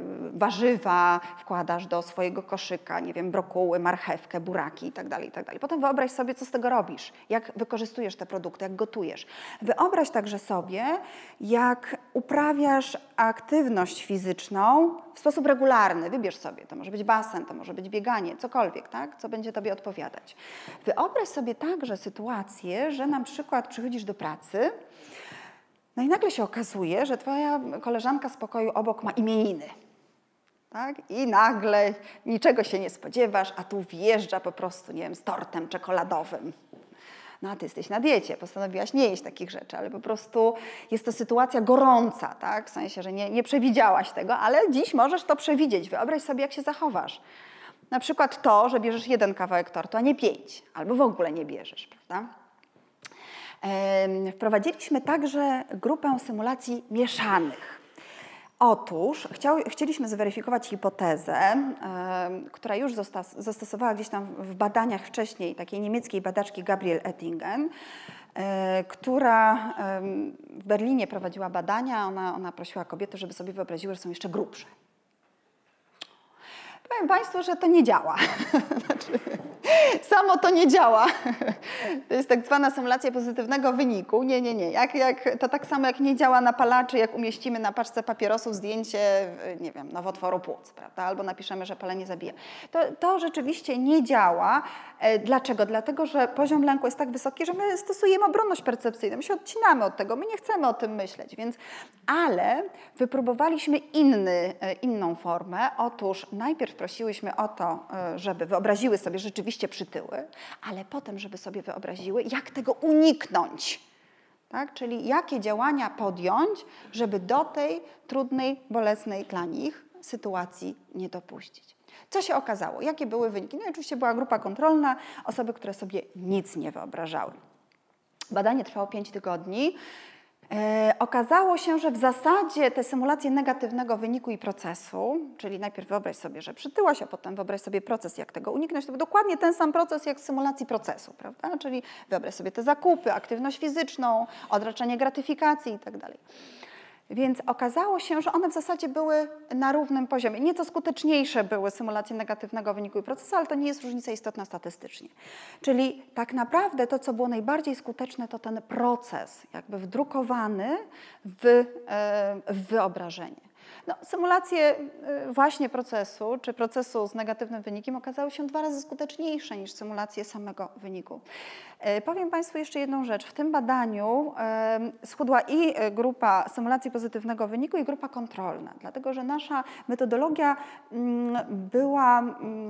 warzywa, wkładasz do swojego koszyka, nie wiem, brokuły, marchewkę, buraki itd., itd. Potem wyobraź sobie, co z tego robisz, jak wykorzystujesz te produkty, jak gotujesz. Wyobraź także sobie, jak uprawiasz aktywność fizyczną w sposób regularny. Wybierz sobie, to może być basen, to może być bieganie, cokolwiek, tak? Co będzie Tobie odpowiadać. Wyobraź sobie także sytuację, że na przykład przychodzisz do pracy, no i nagle się okazuje, że twoja koleżanka z pokoju obok ma imieniny. Tak? I nagle niczego się nie spodziewasz, a tu wjeżdża po prostu, nie wiem, z tortem czekoladowym. No a ty jesteś na diecie, postanowiłaś nie jeść takich rzeczy, ale po prostu jest to sytuacja gorąca, tak? W sensie, że nie, nie przewidziałaś tego, ale dziś możesz to przewidzieć. Wyobraź sobie, jak się zachowasz. Na przykład to, że bierzesz jeden kawałek tortu, a nie pięć, albo w ogóle nie bierzesz, prawda? Wprowadziliśmy także grupę symulacji mieszanych. Otóż chciał, chcieliśmy zweryfikować hipotezę, y, która już zostas, zastosowała gdzieś tam w badaniach wcześniej takiej niemieckiej badaczki Gabriel Ettingen, y, która y, w Berlinie prowadziła badania. Ona, ona prosiła kobiety, żeby sobie wyobraziły, że są jeszcze grubsze. powiem Państwu, że to nie działa. Znaczy, samo to nie działa. To jest tak zwana symulacja pozytywnego wyniku. Nie, nie, nie. Jak, jak, to tak samo jak nie działa napalaczy, jak umieścimy na paczce papierosów zdjęcie, nie wiem, nowotworu płuc, prawda? Albo napiszemy, że palenie zabija. To, to rzeczywiście nie działa. Dlaczego? Dlatego, że poziom lęku jest tak wysoki, że my stosujemy obronność percepcyjną. My się odcinamy od tego, my nie chcemy o tym myśleć. Więc, ale wypróbowaliśmy inny, inną formę. Otóż najpierw prosiłyśmy o to, żeby wyobraziły sobie rzeczywiście przytyły, ale potem, żeby sobie wyobraziły, jak tego uniknąć. Tak? Czyli jakie działania podjąć, żeby do tej trudnej, bolesnej dla nich sytuacji nie dopuścić. Co się okazało? Jakie były wyniki? No i oczywiście była grupa kontrolna, osoby, które sobie nic nie wyobrażały. Badanie trwało pięć tygodni. E, okazało się, że w zasadzie te symulacje negatywnego wyniku i procesu, czyli najpierw wyobraź sobie, że przytyłaś, a potem wyobraź sobie proces, jak tego uniknąć, to był dokładnie ten sam proces jak w symulacji procesu, prawda? Czyli wyobraź sobie te zakupy, aktywność fizyczną, odraczanie gratyfikacji i tak dalej. Więc okazało się, że one w zasadzie były na równym poziomie. Nieco skuteczniejsze były symulacje negatywnego wyniku i procesu, ale to nie jest różnica istotna statystycznie. Czyli tak naprawdę to, co było najbardziej skuteczne, to ten proces jakby wdrukowany w, w wyobrażenie. No, symulacje właśnie procesu, czy procesu z negatywnym wynikiem okazały się dwa razy skuteczniejsze niż symulacje samego wyniku. Powiem Państwu jeszcze jedną rzecz. W tym badaniu schudła i grupa symulacji pozytywnego wyniku, i grupa kontrolna, dlatego że nasza metodologia była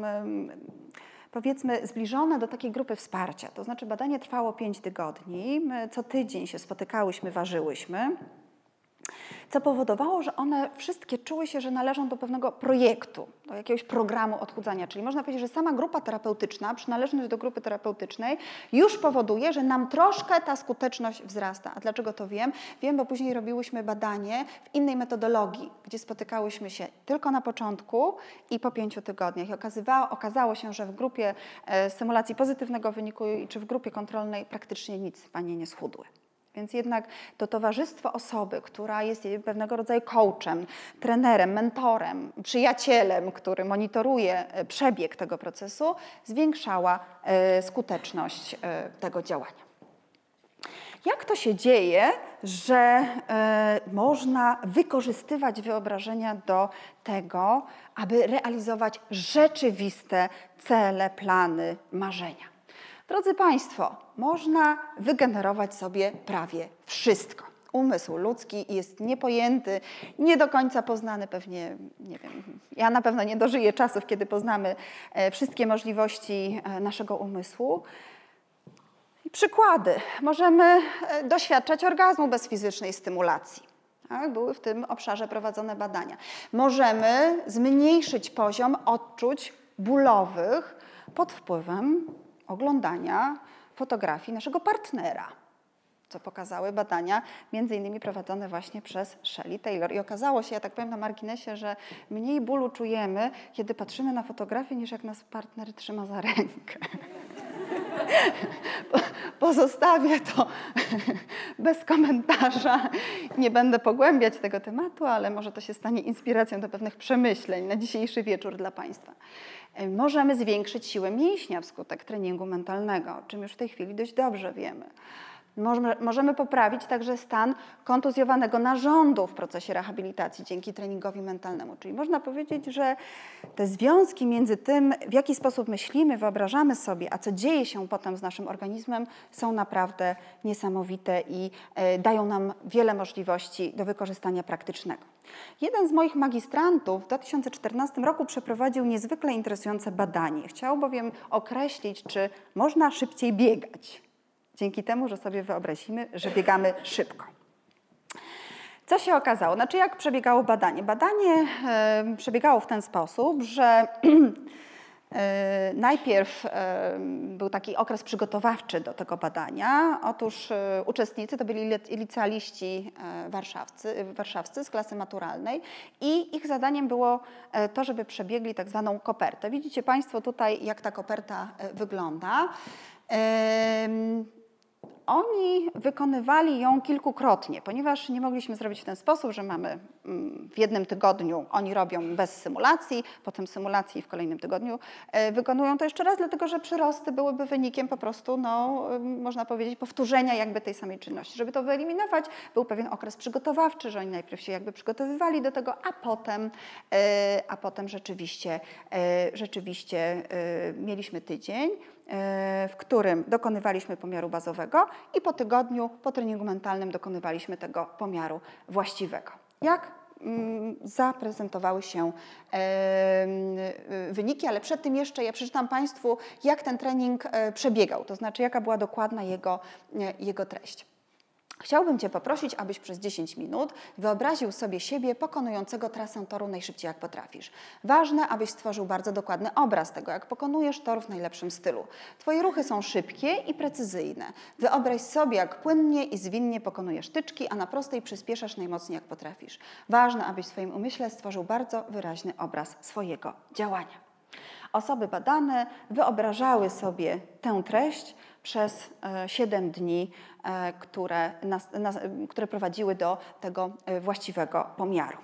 powiedzmy zbliżona do takiej grupy wsparcia. To znaczy badanie trwało pięć tygodni, my co tydzień się spotykałyśmy, ważyłyśmy, co powodowało, że one wszystkie czuły się, że należą do pewnego projektu, do jakiegoś programu odchudzania. Czyli można powiedzieć, że sama grupa terapeutyczna, przynależność do grupy terapeutycznej już powoduje, że nam troszkę ta skuteczność wzrasta. A dlaczego to wiem? Wiem, bo później robiłyśmy badanie w innej metodologii, gdzie spotykałyśmy się tylko na początku i po pięciu tygodniach. I okazywało, okazało się, że w grupie e, symulacji pozytywnego wyniku czy w grupie kontrolnej praktycznie nic panie nie schudły. Więc jednak to towarzystwo osoby, która jest pewnego rodzaju coachem, trenerem, mentorem, przyjacielem, który monitoruje przebieg tego procesu, zwiększała skuteczność tego działania. Jak to się dzieje, że można wykorzystywać wyobrażenia do tego, aby realizować rzeczywiste cele, plany, marzenia? Drodzy Państwo, można wygenerować sobie prawie wszystko. Umysł ludzki jest niepojęty, nie do końca poznany, pewnie, nie wiem, ja na pewno nie dożyję czasów, kiedy poznamy wszystkie możliwości naszego umysłu. I przykłady. Możemy doświadczać orgazmu bez fizycznej stymulacji. Tak? Były w tym obszarze prowadzone badania. Możemy zmniejszyć poziom odczuć bólowych pod wpływem oglądania fotografii naszego partnera, co pokazały badania między innymi prowadzone właśnie przez Shelley Taylor. I okazało się, ja tak powiem na marginesie, że mniej bólu czujemy, kiedy patrzymy na fotografię, niż jak nas partner trzyma za rękę. Pozostawię to bez komentarza. Nie będę pogłębiać tego tematu, ale może to się stanie inspiracją do pewnych przemyśleń na dzisiejszy wieczór dla Państwa. Możemy zwiększyć siłę mięśnia wskutek treningu mentalnego, o czym już w tej chwili dość dobrze wiemy. Możemy poprawić także stan kontuzjowanego narządu w procesie rehabilitacji dzięki treningowi mentalnemu. Czyli można powiedzieć, że te związki między tym, w jaki sposób myślimy, wyobrażamy sobie, a co dzieje się potem z naszym organizmem, są naprawdę niesamowite i dają nam wiele możliwości do wykorzystania praktycznego. Jeden z moich magistrantów w dwa tysiące czternastym roku przeprowadził niezwykle interesujące badanie. Chciał bowiem określić, czy można szybciej biegać. Dzięki temu, że sobie wyobrazimy, że biegamy szybko. Co się okazało? Znaczy, jak przebiegało badanie? Badanie e, przebiegało w ten sposób, że e, najpierw e, był taki okres przygotowawczy do tego badania. Otóż e, uczestnicy to byli licealiści e, warszawscy, warszawscy z klasy maturalnej i ich zadaniem było e, to, żeby przebiegli tak zwaną kopertę. Widzicie Państwo tutaj, jak ta koperta e, wygląda. E, oni wykonywali ją kilkukrotnie, ponieważ nie mogliśmy zrobić w ten sposób, że mamy w jednym tygodniu, oni robią bez symulacji, potem symulacji w kolejnym tygodniu wykonują to jeszcze raz, dlatego że przyrosty byłyby wynikiem po prostu, no, można powiedzieć, powtórzenia jakby tej samej czynności. Żeby to wyeliminować, był pewien okres przygotowawczy, że oni najpierw się jakby przygotowywali do tego, a potem, a potem rzeczywiście, rzeczywiście mieliśmy tydzień, w którym dokonywaliśmy pomiaru bazowego i po tygodniu, po treningu mentalnym dokonywaliśmy tego pomiaru właściwego. Jak zaprezentowały się wyniki, ale przed tym jeszcze ja przeczytam Państwu, jak ten trening przebiegał, to znaczy jaka była dokładna jego, jego treść. Chciałbym Cię poprosić, abyś przez dziesięć minut wyobraził sobie siebie pokonującego trasę toru najszybciej jak potrafisz. Ważne, abyś stworzył bardzo dokładny obraz tego, jak pokonujesz tor w najlepszym stylu. Twoje ruchy są szybkie i precyzyjne. Wyobraź sobie, jak płynnie i zwinnie pokonujesz tyczki, a na prostej przyspieszasz najmocniej jak potrafisz. Ważne, abyś w swoim umyśle stworzył bardzo wyraźny obraz swojego działania. Osoby badane wyobrażały sobie tę treść przez siedem dni, które, nas, nas, które prowadziły do tego właściwego pomiaru.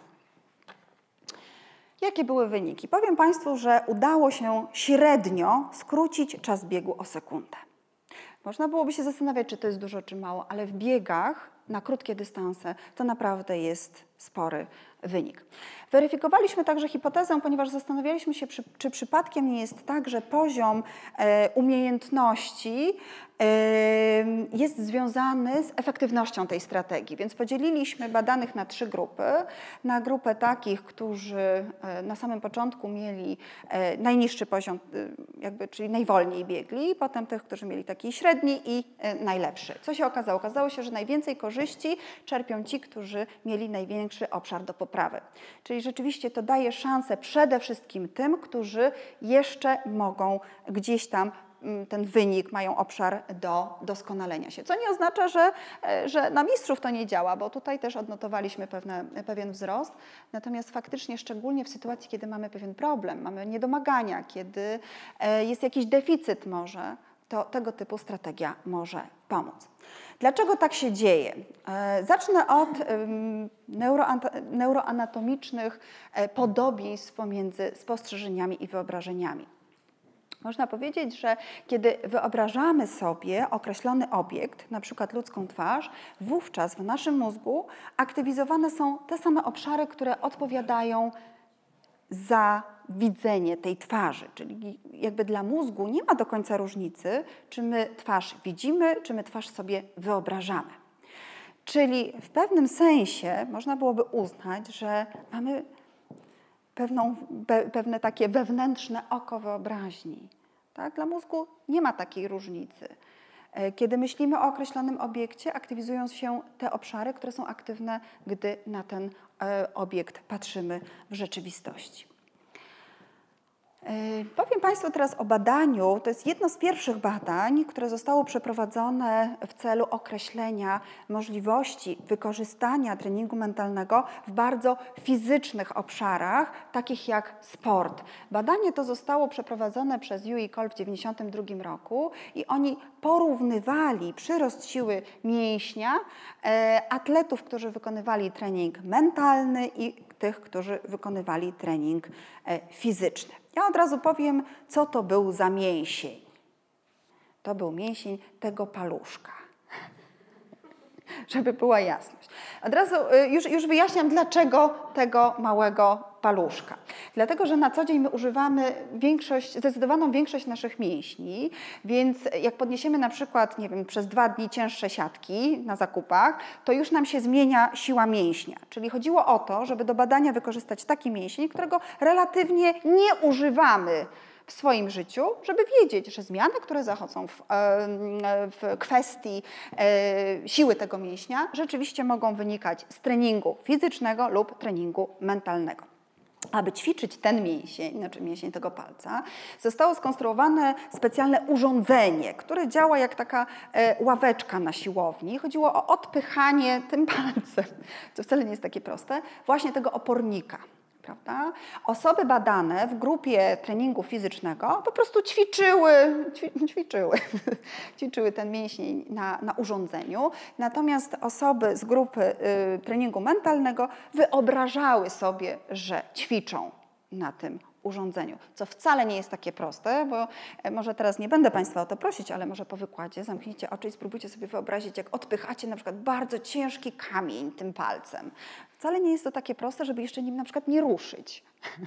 Jakie były wyniki? Powiem Państwu, że udało się średnio skrócić czas biegu o sekundę. Można byłoby się zastanawiać, czy to jest dużo, czy mało, ale w biegach na krótkie dystanse to naprawdę jest spory wynik. Weryfikowaliśmy także hipotezę, ponieważ zastanawialiśmy się, czy, czy przypadkiem nie jest tak, że poziom e, umiejętności e, jest związany z efektywnością tej strategii. Więc podzieliliśmy badanych na trzy grupy. Na grupę takich, którzy e, na samym początku mieli e, najniższy poziom, e, jakby, czyli najwolniej biegli, potem tych, którzy mieli taki średni i e, najlepszy. Co się okazało? Okazało się, że najwięcej korzyści czerpią ci, którzy mieli największy obszar do poprawy. Czyli rzeczywiście to daje szansę przede wszystkim tym, którzy jeszcze mogą gdzieś tam ten wynik, mają obszar do doskonalenia się. Co nie oznacza, że, że na mistrzów to nie działa, bo tutaj też odnotowaliśmy pewne, pewien wzrost. Natomiast faktycznie, szczególnie w sytuacji, kiedy mamy pewien problem, mamy niedomagania, kiedy jest jakiś deficyt może, to tego typu strategia może pomóc. Dlaczego tak się dzieje? Zacznę od neuroanatomicznych podobieństw pomiędzy spostrzeżeniami i wyobrażeniami. Można powiedzieć, że kiedy wyobrażamy sobie określony obiekt, na przykład ludzką twarz, wówczas w naszym mózgu aktywizowane są te same obszary, które odpowiadają za widzenie tej twarzy, czyli jakby dla mózgu nie ma do końca różnicy, czy my twarz widzimy, czy my twarz sobie wyobrażamy. Czyli w pewnym sensie można byłoby uznać, że mamy pewną, pe, pewne takie wewnętrzne oko wyobraźni. Tak? Dla mózgu nie ma takiej różnicy. Kiedy myślimy o określonym obiekcie, aktywizują się te obszary, które są aktywne, gdy na ten obiekt patrzymy w rzeczywistości. Powiem Państwu teraz o badaniu, to jest jedno z pierwszych badań, które zostało przeprowadzone w celu określenia możliwości wykorzystania treningu mentalnego w bardzo fizycznych obszarach, takich jak sport. Badanie to zostało przeprowadzone przez Yu i Cole w tysiąc dziewięćset dziewięćdziesiątym drugim roku i oni porównywali przyrost siły mięśnia atletów, którzy wykonywali trening mentalny i tych, którzy wykonywali trening fizyczny. Ja od razu powiem, co to był za mięsień. To był mięsień tego paluszka. Żeby była jasność. Od razu już, już wyjaśniam, dlaczego tego małego paluszka. Dlatego, że na co dzień my używamy większość, zdecydowaną większość naszych mięśni, więc jak podniesiemy na przykład, nie wiem, przez dwa dni cięższe siatki na zakupach, to już nam się zmienia siła mięśnia. Czyli chodziło o to, żeby do badania wykorzystać taki mięsień, którego relatywnie nie używamy w swoim życiu, żeby wiedzieć, że zmiany, które zachodzą w, w kwestii siły tego mięśnia, rzeczywiście mogą wynikać z treningu fizycznego lub treningu mentalnego. Aby ćwiczyć ten mięsień, znaczy mięsień tego palca, zostało skonstruowane specjalne urządzenie, które działa jak taka ławeczka na siłowni. Chodziło o odpychanie tym palcem, co wcale nie jest takie proste, właśnie tego opornika. prawda? Osoby badane w grupie treningu fizycznego po prostu ćwiczyły, ćwi, ćwiczyły, ćwiczyły ten mięsień na, na urządzeniu, natomiast osoby z grupy y, treningu mentalnego wyobrażały sobie, że ćwiczą na tym urządzeniu, co wcale nie jest takie proste, bo może teraz nie będę Państwa o to prosić, ale może po wykładzie zamknijcie oczy i spróbujcie sobie wyobrazić, jak odpychacie na przykład bardzo ciężki kamień tym palcem. Wcale nie jest to takie proste, żeby jeszcze nim na przykład nie ruszyć.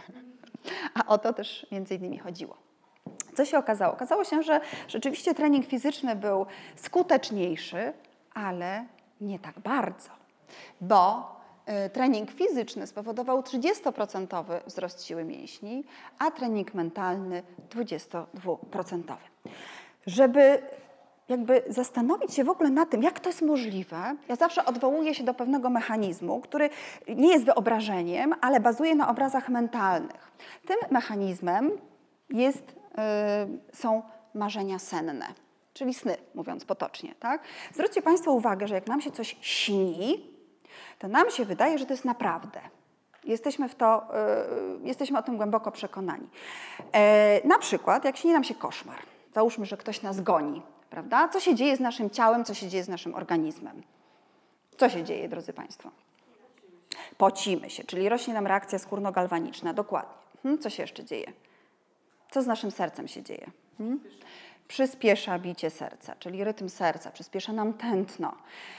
A o to też między innymi chodziło. Co się okazało? Okazało się, że rzeczywiście trening fizyczny był skuteczniejszy, ale nie tak bardzo, bo trening fizyczny spowodował trzydziestoprocentowy wzrost siły mięśni, a trening mentalny dwudziestodwuprocentowy. Żeby jakby zastanowić się w ogóle na tym, jak to jest możliwe, ja zawsze odwołuję się do pewnego mechanizmu, który nie jest wyobrażeniem, ale bazuje na obrazach mentalnych. Tym mechanizmem jest, yy, są marzenia senne, czyli sny, mówiąc potocznie. Tak? Zwróćcie Państwo uwagę, że jak nam się coś śni, to nam się wydaje, że to jest naprawdę. Jesteśmy, w to, yy, jesteśmy o tym głęboko przekonani. Yy, na przykład, jak śni nam się koszmar, załóżmy, że ktoś nas goni, prawda? Co się dzieje z naszym ciałem, co się dzieje z naszym organizmem? Co się dzieje, drodzy Państwo? Pocimy się, czyli rośnie nam reakcja skórno-galwaniczna, dokładnie. Hmm, co się jeszcze dzieje? Co z naszym sercem się dzieje? Hmm? Przyspiesza bicie serca, czyli rytm serca, przyspiesza nam tętno.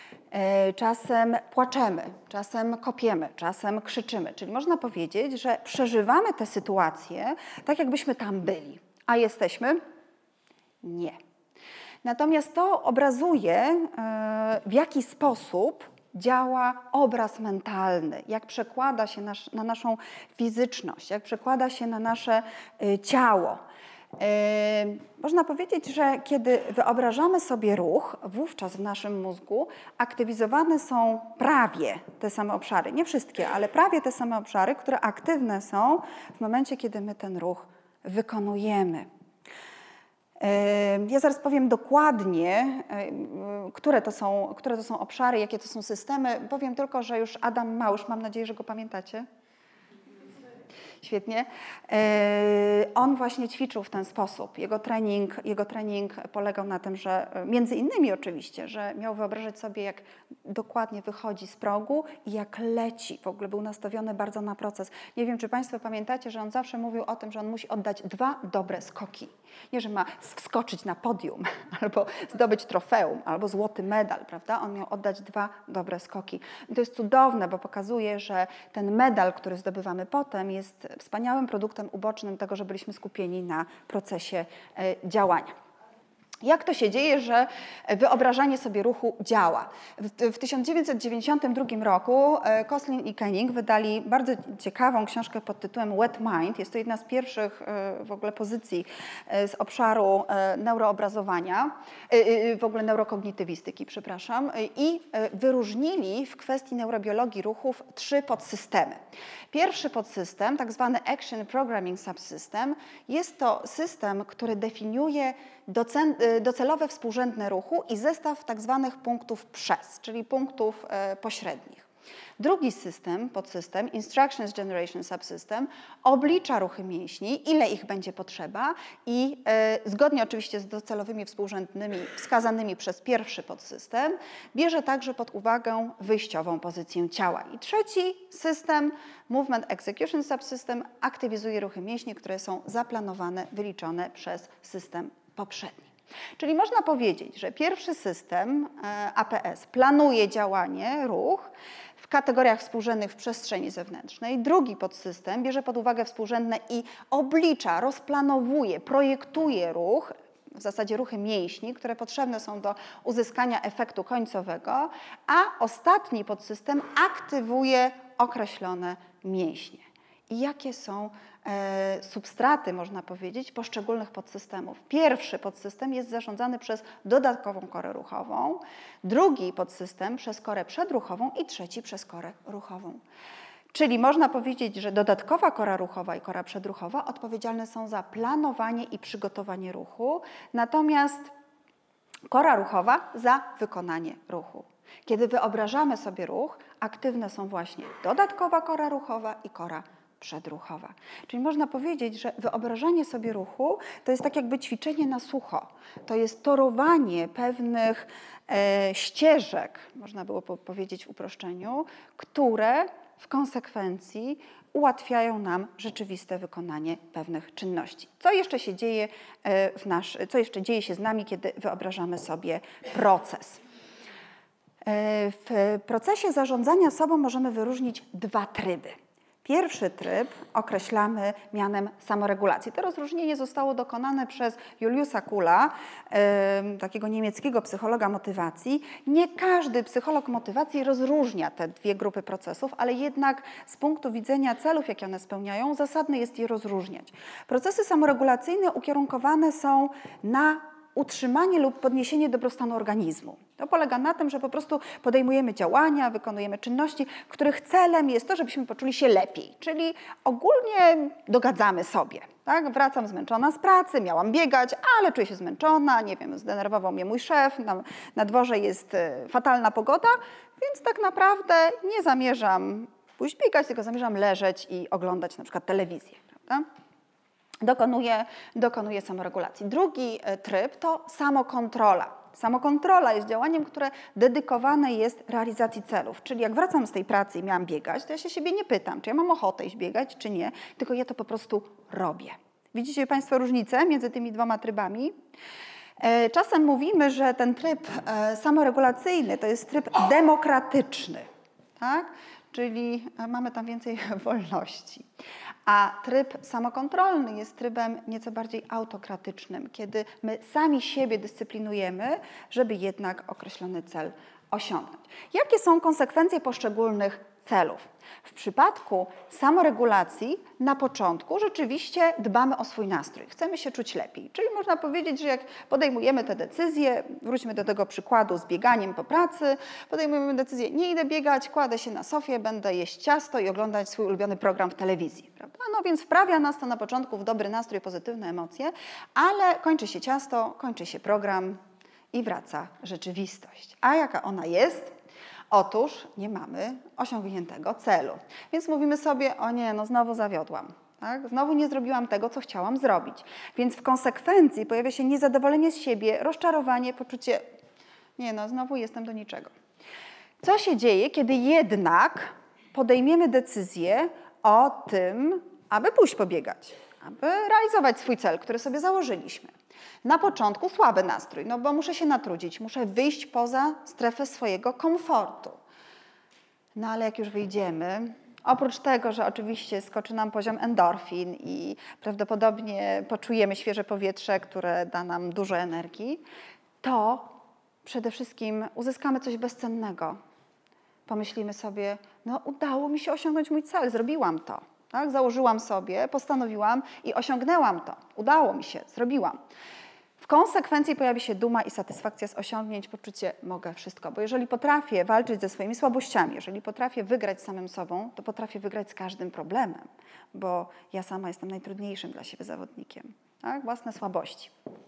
Czasem płaczemy, czasem kopiemy, czasem krzyczymy. Czyli można powiedzieć, że przeżywamy te sytuacje tak, jakbyśmy tam byli. A jesteśmy? Nie. Natomiast to obrazuje, w jaki sposób działa obraz mentalny, jak przekłada się nasz, na naszą fizyczność, jak przekłada się na nasze ciało. Yy, można powiedzieć, że kiedy wyobrażamy sobie ruch, wówczas w naszym mózgu aktywizowane są prawie te same obszary. Nie wszystkie, ale prawie te same obszary, które aktywne są w momencie, kiedy my ten ruch wykonujemy. Yy, ja zaraz powiem dokładnie, yy, które to są, które to są obszary, jakie to są systemy. Powiem tylko, że już Adam Małysz, mam nadzieję, że go pamiętacie. Świetnie. On właśnie ćwiczył w ten sposób. Jego trening, jego trening polegał na tym, że między innymi oczywiście, że miał wyobrażać sobie, jak dokładnie wychodzi z progu i jak leci. W ogóle był nastawiony bardzo na proces. Nie wiem, czy Państwo pamiętacie, że on zawsze mówił o tym, że on musi oddać dwa dobre skoki. Nie, że ma wskoczyć na podium, albo zdobyć trofeum, albo złoty medal, prawda? On miał oddać dwa dobre skoki. I to jest cudowne, bo pokazuje, że ten medal, który zdobywamy potem, jest wspaniałym produktem ubocznym tego, że byliśmy skupieni na procesie działania. Jak to się dzieje, że wyobrażanie sobie ruchu działa? W tysiąc dziewięćset dziewięćdziesiątym drugim roku Koslin i Koenig wydali bardzo ciekawą książkę pod tytułem Wet Mind. Jest to jedna z pierwszych w ogóle pozycji z obszaru neuroobrazowania, w ogóle neurokognitywistyki, przepraszam, i wyróżnili w kwestii neurobiologii ruchów trzy podsystemy. Pierwszy podsystem, tak zwany Action Programming Subsystem, jest to system, który definiuje docelowe współrzędne ruchu i zestaw tak zwanych punktów przez, czyli punktów pośrednich. Drugi system, podsystem, Instructions Generation Subsystem, oblicza ruchy mięśni, ile ich będzie potrzeba i e, zgodnie oczywiście z docelowymi współrzędnymi wskazanymi przez pierwszy podsystem, bierze także pod uwagę wyjściową pozycję ciała. I trzeci system, Movement Execution Subsystem, aktywizuje ruchy mięśni, które są zaplanowane, wyliczone przez system poprzedni. Czyli można powiedzieć, że pierwszy system A P S planuje działanie, ruch w kategoriach współrzędnych w przestrzeni zewnętrznej. Drugi podsystem bierze pod uwagę współrzędne i oblicza, rozplanowuje, projektuje ruch, w zasadzie ruchy mięśni, które potrzebne są do uzyskania efektu końcowego, a ostatni podsystem aktywuje określone mięśnie. I jakie są e, substraty, można powiedzieć, poszczególnych podsystemów. Pierwszy podsystem jest zarządzany przez dodatkową korę ruchową, drugi podsystem przez korę przedruchową i trzeci przez korę ruchową. Czyli można powiedzieć, że dodatkowa kora ruchowa i kora przedruchowa odpowiedzialne są za planowanie i przygotowanie ruchu, natomiast kora ruchowa za wykonanie ruchu. Kiedy wyobrażamy sobie ruch, aktywne są właśnie dodatkowa kora ruchowa i kora przedruchowa. Czyli można powiedzieć, że wyobrażanie sobie ruchu to jest tak jakby ćwiczenie na sucho. To jest torowanie pewnych e, ścieżek, można było powiedzieć w uproszczeniu, które w konsekwencji ułatwiają nam rzeczywiste wykonanie pewnych czynności. Co jeszcze się dzieje w nasz, co jeszcze dzieje się z nami, kiedy wyobrażamy sobie proces? W procesie zarządzania sobą możemy wyróżnić dwa tryby. Pierwszy tryb określamy mianem samoregulacji. To rozróżnienie zostało dokonane przez Juliusa Kula, takiego niemieckiego psychologa motywacji. Nie każdy psycholog motywacji rozróżnia te dwie grupy procesów, ale jednak z punktu widzenia celów, jakie one spełniają, zasadne jest je rozróżniać. Procesy samoregulacyjne ukierunkowane są na utrzymanie lub podniesienie dobrostanu organizmu. To polega na tym, że po prostu podejmujemy działania, wykonujemy czynności, których celem jest to, żebyśmy poczuli się lepiej. Czyli ogólnie dogadzamy sobie. Tak? Wracam zmęczona z pracy, miałam biegać, ale czuję się zmęczona, nie wiem, zdenerwował mnie mój szef, na, na dworze jest fatalna pogoda, więc tak naprawdę nie zamierzam pójść biegać, tylko zamierzam leżeć i oglądać na przykład telewizję. Prawda? Dokonuje, dokonuje samoregulacji. Drugi tryb to samokontrola. Samokontrola jest działaniem, które dedykowane jest realizacji celów. Czyli jak wracam z tej pracy i miałam biegać, to ja się siebie nie pytam, czy ja mam ochotę iść biegać, czy nie, tylko ja to po prostu robię. Widzicie Państwo różnicę między tymi dwoma trybami? Czasem mówimy, że ten tryb samoregulacyjny to jest tryb demokratyczny, tak? Czyli mamy tam więcej wolności. A tryb samokontrolny jest trybem nieco bardziej autokratycznym, kiedy my sami siebie dyscyplinujemy, żeby jednak określony cel osiągnąć. Jakie są konsekwencje poszczególnych celów? W przypadku samoregulacji na początku rzeczywiście dbamy o swój nastrój. Chcemy się czuć lepiej. Czyli można powiedzieć, że jak podejmujemy te decyzje, wróćmy do tego przykładu z bieganiem po pracy, podejmujemy decyzję, nie idę biegać, kładę się na sofie, będę jeść ciasto i oglądać swój ulubiony program w telewizji. Prawda? No więc wprawia nas to na początku w dobry nastrój, pozytywne emocje, ale kończy się ciasto, kończy się program i wraca rzeczywistość. A jaka ona jest? Otóż nie mamy osiągniętego celu. Więc mówimy sobie, o nie, no znowu zawiodłam. Tak? Znowu nie zrobiłam tego, co chciałam zrobić. Więc w konsekwencji pojawia się niezadowolenie z siebie, rozczarowanie, poczucie, nie no, znowu jestem do niczego. Co się dzieje, kiedy jednak podejmiemy decyzję o tym, aby pójść pobiegać, aby realizować swój cel, który sobie założyliśmy? Na początku słaby nastrój, no bo muszę się natrudzić, muszę wyjść poza strefę swojego komfortu. No ale jak już wyjdziemy, oprócz tego, że oczywiście skoczy nam poziom endorfin i prawdopodobnie poczujemy świeże powietrze, które da nam dużo energii, to przede wszystkim uzyskamy coś bezcennego. Pomyślimy sobie, no udało mi się osiągnąć mój cel, zrobiłam to. Tak? Założyłam sobie, postanowiłam i osiągnęłam to. Udało mi się, zrobiłam. W konsekwencji pojawi się duma i satysfakcja z osiągnięć, poczucie mogę wszystko. Bo jeżeli potrafię walczyć ze swoimi słabościami, jeżeli potrafię wygrać z samym sobą, to potrafię wygrać z każdym problemem, bo ja sama jestem najtrudniejszym dla siebie zawodnikiem. Tak? Własne słabości.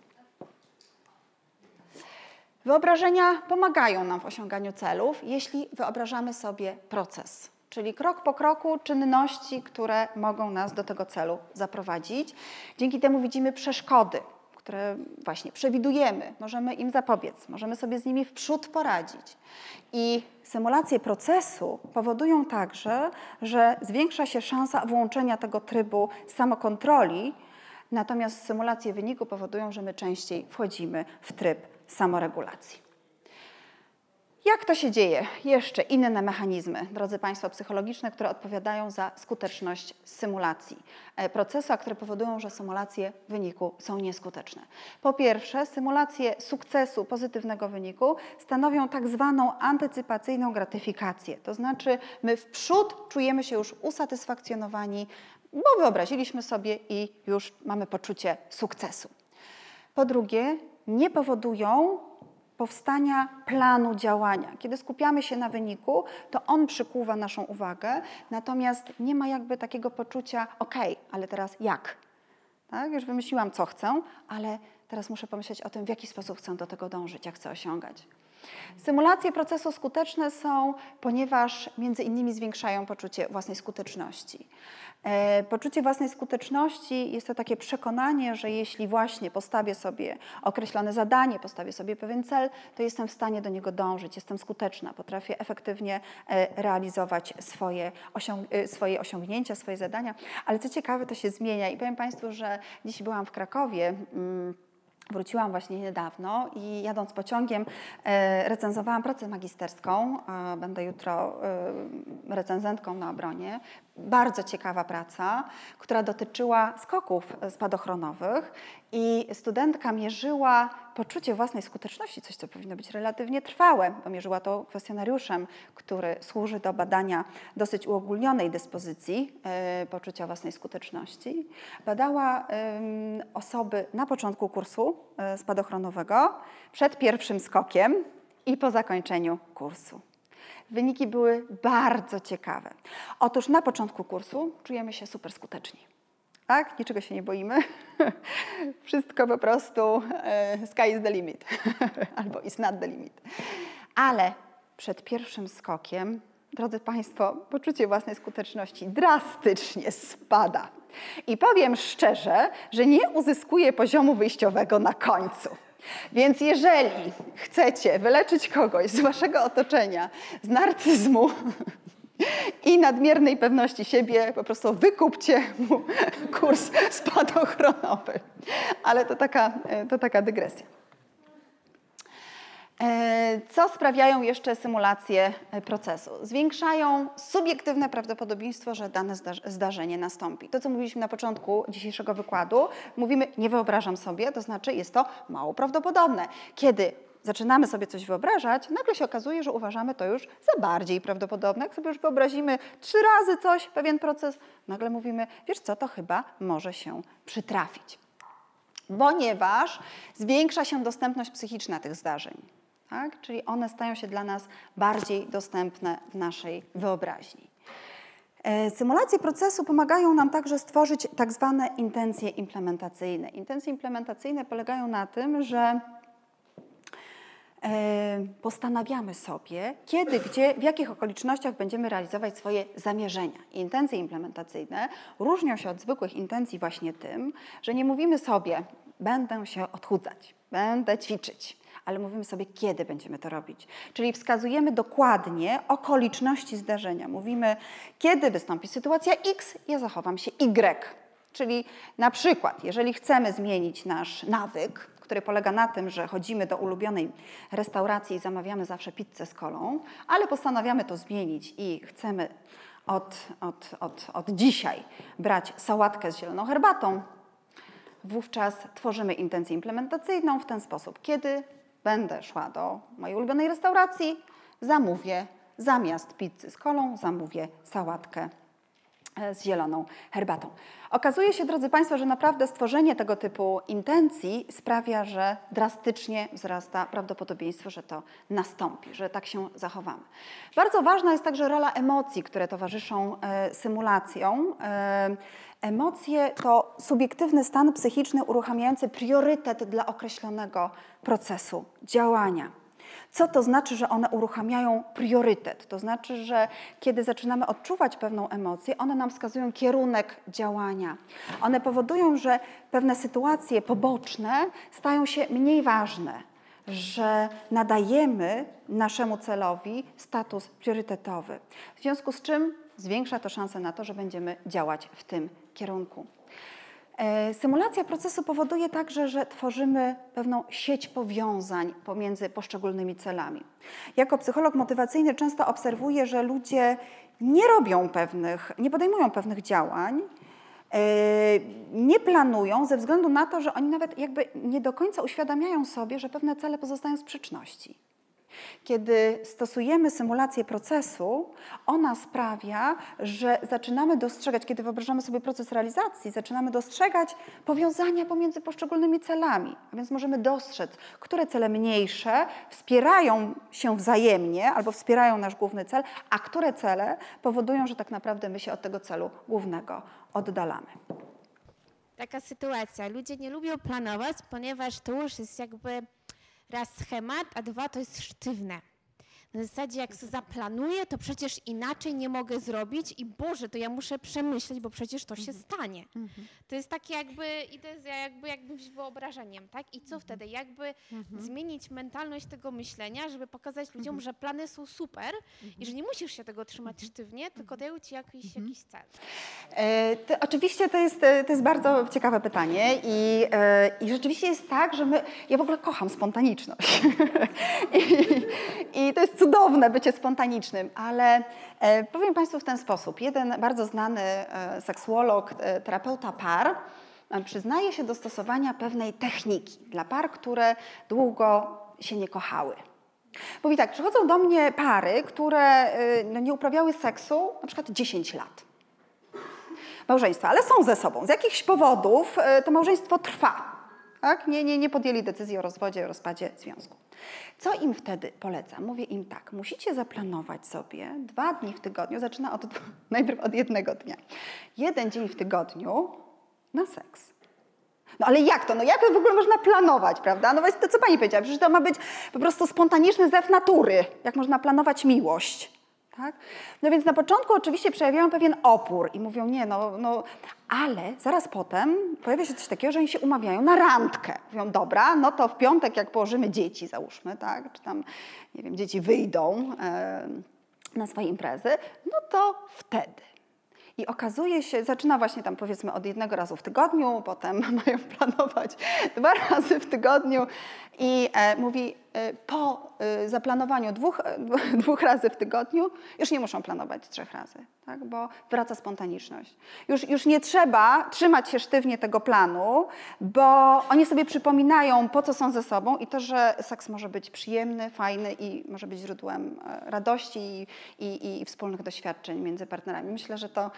Wyobrażenia pomagają nam w osiąganiu celów, jeśli wyobrażamy sobie proces. Czyli krok po kroku czynności, które mogą nas do tego celu zaprowadzić. Dzięki temu widzimy przeszkody, które właśnie przewidujemy, możemy im zapobiec, możemy sobie z nimi w przód poradzić. I symulacje procesu powodują także, że zwiększa się szansa włączenia tego trybu samokontroli, natomiast symulacje wyniku powodują, że my częściej wchodzimy w tryb samoregulacji. Jak to się dzieje? Jeszcze inne mechanizmy, drodzy Państwo, psychologiczne, które odpowiadają za skuteczność symulacji. Procesy, które powodują, że symulacje wyniku są nieskuteczne. Po pierwsze, symulacje sukcesu, pozytywnego wyniku stanowią tak zwaną antycypacyjną gratyfikację. To znaczy my w przód czujemy się już usatysfakcjonowani, bo wyobraziliśmy sobie i już mamy poczucie sukcesu. Po drugie, nie powodują powstania planu działania. Kiedy skupiamy się na wyniku, to on przykuwa naszą uwagę, natomiast nie ma jakby takiego poczucia, okej, ale teraz jak? Tak? Już wymyśliłam, co chcę, ale teraz muszę pomyśleć o tym, w jaki sposób chcę do tego dążyć, jak chcę osiągać. Symulacje procesu skuteczne są, ponieważ między innymi zwiększają poczucie własnej skuteczności. Poczucie własnej skuteczności jest to takie przekonanie, że jeśli właśnie postawię sobie określone zadanie, postawię sobie pewien cel, to jestem w stanie do niego dążyć, jestem skuteczna, potrafię efektywnie realizować swoje, osiąg swoje osiągnięcia, swoje zadania. Ale co ciekawe, to się zmienia i powiem Państwu, że dziś byłam w Krakowie. Wróciłam właśnie niedawno i jadąc pociągiem recenzowałam pracę magisterską. Będę jutro recenzentką na obronie. Bardzo ciekawa praca, która dotyczyła skoków spadochronowych i studentka mierzyła poczucie własnej skuteczności, coś co powinno być relatywnie trwałe, bo mierzyła to kwestionariuszem, który służy do badania dosyć uogólnionej dyspozycji y, poczucia własnej skuteczności. Badała y, osoby na początku kursu y, spadochronowego, przed pierwszym skokiem i po zakończeniu kursu. Wyniki były bardzo ciekawe. Otóż na początku kursu czujemy się super skuteczni. Tak? Niczego się nie boimy. Wszystko po prostu e, sky is the limit. Albo is not the limit. Ale przed pierwszym skokiem, drodzy Państwo, poczucie własnej skuteczności drastycznie spada. I powiem szczerze, że nie uzyskuje poziomu wyjściowego na końcu. Więc jeżeli chcecie wyleczyć kogoś z waszego otoczenia z narcyzmu i nadmiernej pewności siebie, po prostu wykupcie mu kurs spadochronowy. Ale to taka, to taka dygresja. Co sprawiają jeszcze symulacje procesu? Zwiększają subiektywne prawdopodobieństwo, że dane zdarzenie nastąpi. To, co mówiliśmy na początku dzisiejszego wykładu, mówimy nie wyobrażam sobie, to znaczy jest to mało prawdopodobne. Kiedy zaczynamy sobie coś wyobrażać, nagle się okazuje, że uważamy to już za bardziej prawdopodobne. Jak sobie już wyobrazimy trzy razy coś, pewien proces, nagle mówimy, wiesz co, to chyba może się przytrafić. Ponieważ zwiększa się dostępność psychiczna tych zdarzeń. Tak? Czyli one stają się dla nas bardziej dostępne w naszej wyobraźni. Symulacje procesu pomagają nam także stworzyć tak zwane intencje implementacyjne. Intencje implementacyjne polegają na tym, że postanawiamy sobie, kiedy, gdzie, w jakich okolicznościach będziemy realizować swoje zamierzenia. Intencje implementacyjne różnią się od zwykłych intencji właśnie tym, że nie mówimy sobie, będę się odchudzać, będę ćwiczyć, ale mówimy sobie, kiedy będziemy to robić. Czyli wskazujemy dokładnie okoliczności zdarzenia. Mówimy, kiedy wystąpi sytuacja X, ja zachowam się Y. Czyli na przykład, jeżeli chcemy zmienić nasz nawyk, który polega na tym, że chodzimy do ulubionej restauracji i zamawiamy zawsze pizzę z kolą, ale postanawiamy to zmienić i chcemy od, od, od, od dzisiaj brać sałatkę z zieloną herbatą, wówczas tworzymy intencję implementacyjną w ten sposób. Kiedy będę szła do mojej ulubionej restauracji, zamówię zamiast pizzy z kolą, zamówię sałatkę z zieloną herbatą. Okazuje się, drodzy Państwo, że naprawdę stworzenie tego typu intencji sprawia, że drastycznie wzrasta prawdopodobieństwo, że to nastąpi, że tak się zachowamy. Bardzo ważna jest także rola emocji, które towarzyszą e, symulacjom. E, emocje to subiektywny stan psychiczny uruchamiający priorytet dla określonego procesu działania. Co to znaczy, że one uruchamiają priorytet? To znaczy, że kiedy zaczynamy odczuwać pewną emocję, one nam wskazują kierunek działania. One powodują, że pewne sytuacje poboczne stają się mniej ważne, że nadajemy naszemu celowi status priorytetowy. W związku z czym zwiększa to szansę na to, że będziemy działać w tym kierunku. Symulacja procesu powoduje także, że tworzymy pewną sieć powiązań pomiędzy poszczególnymi celami. Jako psycholog motywacyjny często obserwuję, że ludzie nie robią pewnych, nie podejmują pewnych działań, nie planują ze względu na to, że oni nawet jakby nie do końca uświadamiają sobie, że pewne cele pozostają w sprzeczności. Kiedy stosujemy symulację procesu, ona sprawia, że zaczynamy dostrzegać, kiedy wyobrażamy sobie proces realizacji, zaczynamy dostrzegać powiązania pomiędzy poszczególnymi celami. A więc możemy dostrzec, które cele mniejsze wspierają się wzajemnie albo wspierają nasz główny cel, a które cele powodują, że tak naprawdę my się od tego celu głównego oddalamy. Taka sytuacja. Ludzie nie lubią planować, ponieważ to już jest jakby raz schemat, a dwa to jest sztywne. Na zasadzie jak sobie zaplanuję, to przecież inaczej nie mogę zrobić i Boże, to ja muszę przemyśleć, bo przecież to się stanie. To jest takie jakby, idę jakby, jakby wyobrażeniem, tak? I co wtedy? Jakby zmienić mentalność tego myślenia, żeby pokazać ludziom, że plany są super i że nie musisz się tego trzymać sztywnie, tylko dają ci jakiś, jakiś cel. E, to, oczywiście to jest, to jest bardzo ciekawe pytanie i, e, i rzeczywiście jest tak, że my, ja w ogóle kocham spontaniczność. I, I to jest cudowne bycie spontanicznym, ale e, powiem Państwu w ten sposób. Jeden bardzo znany e, seksuolog, e, terapeuta par e, przyznaje się do stosowania pewnej techniki dla par, które długo się nie kochały. Mówi tak, przychodzą do mnie pary, które e, no, nie uprawiały seksu na przykład dziesięć lat. Małżeństwa, ale są ze sobą. Z jakichś powodów e, to małżeństwo trwa. Tak? Nie, nie, nie podjęli decyzji o rozwodzie, o rozpadzie związku. Co im wtedy polecam? Mówię im tak, musicie zaplanować sobie dwa dni w tygodniu, zaczyna od, najpierw od jednego dnia. Jeden dzień w tygodniu na seks. No ale jak to? No jak to w ogóle można planować, prawda? No właśnie to, co pani powiedziała, przecież to ma być po prostu spontaniczny zew natury. Jak można planować miłość? Tak? No więc na początku oczywiście przejawiają pewien opór i mówią, nie, no, no, ale zaraz potem pojawia się coś takiego, że oni się umawiają na randkę. Mówią, dobra, no to w piątek jak położymy dzieci, załóżmy, tak, czy tam, nie wiem, dzieci wyjdą e, na swoje imprezy, no to wtedy. I okazuje się, zaczyna właśnie tam powiedzmy od jednego razu w tygodniu, potem mają planować dwa razy w tygodniu i e, mówi e, po e, zaplanowaniu dwóch, e, dwóch razy w tygodniu już nie muszą planować trzech razy, tak? Bo wraca spontaniczność. Już, już nie trzeba trzymać się sztywnie tego planu, bo oni sobie przypominają, po co są ze sobą i to, że seks może być przyjemny, fajny i może być źródłem e, radości i, i, i wspólnych doświadczeń między partnerami. Myślę, że to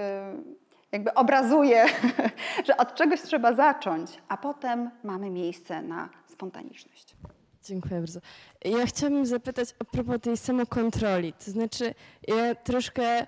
jakby obrazuje, że od czegoś trzeba zacząć, a potem mamy miejsce na spontaniczność. Dziękuję bardzo. Ja chciałabym zapytać a propos tej samokontroli. To znaczy, ja troszkę e,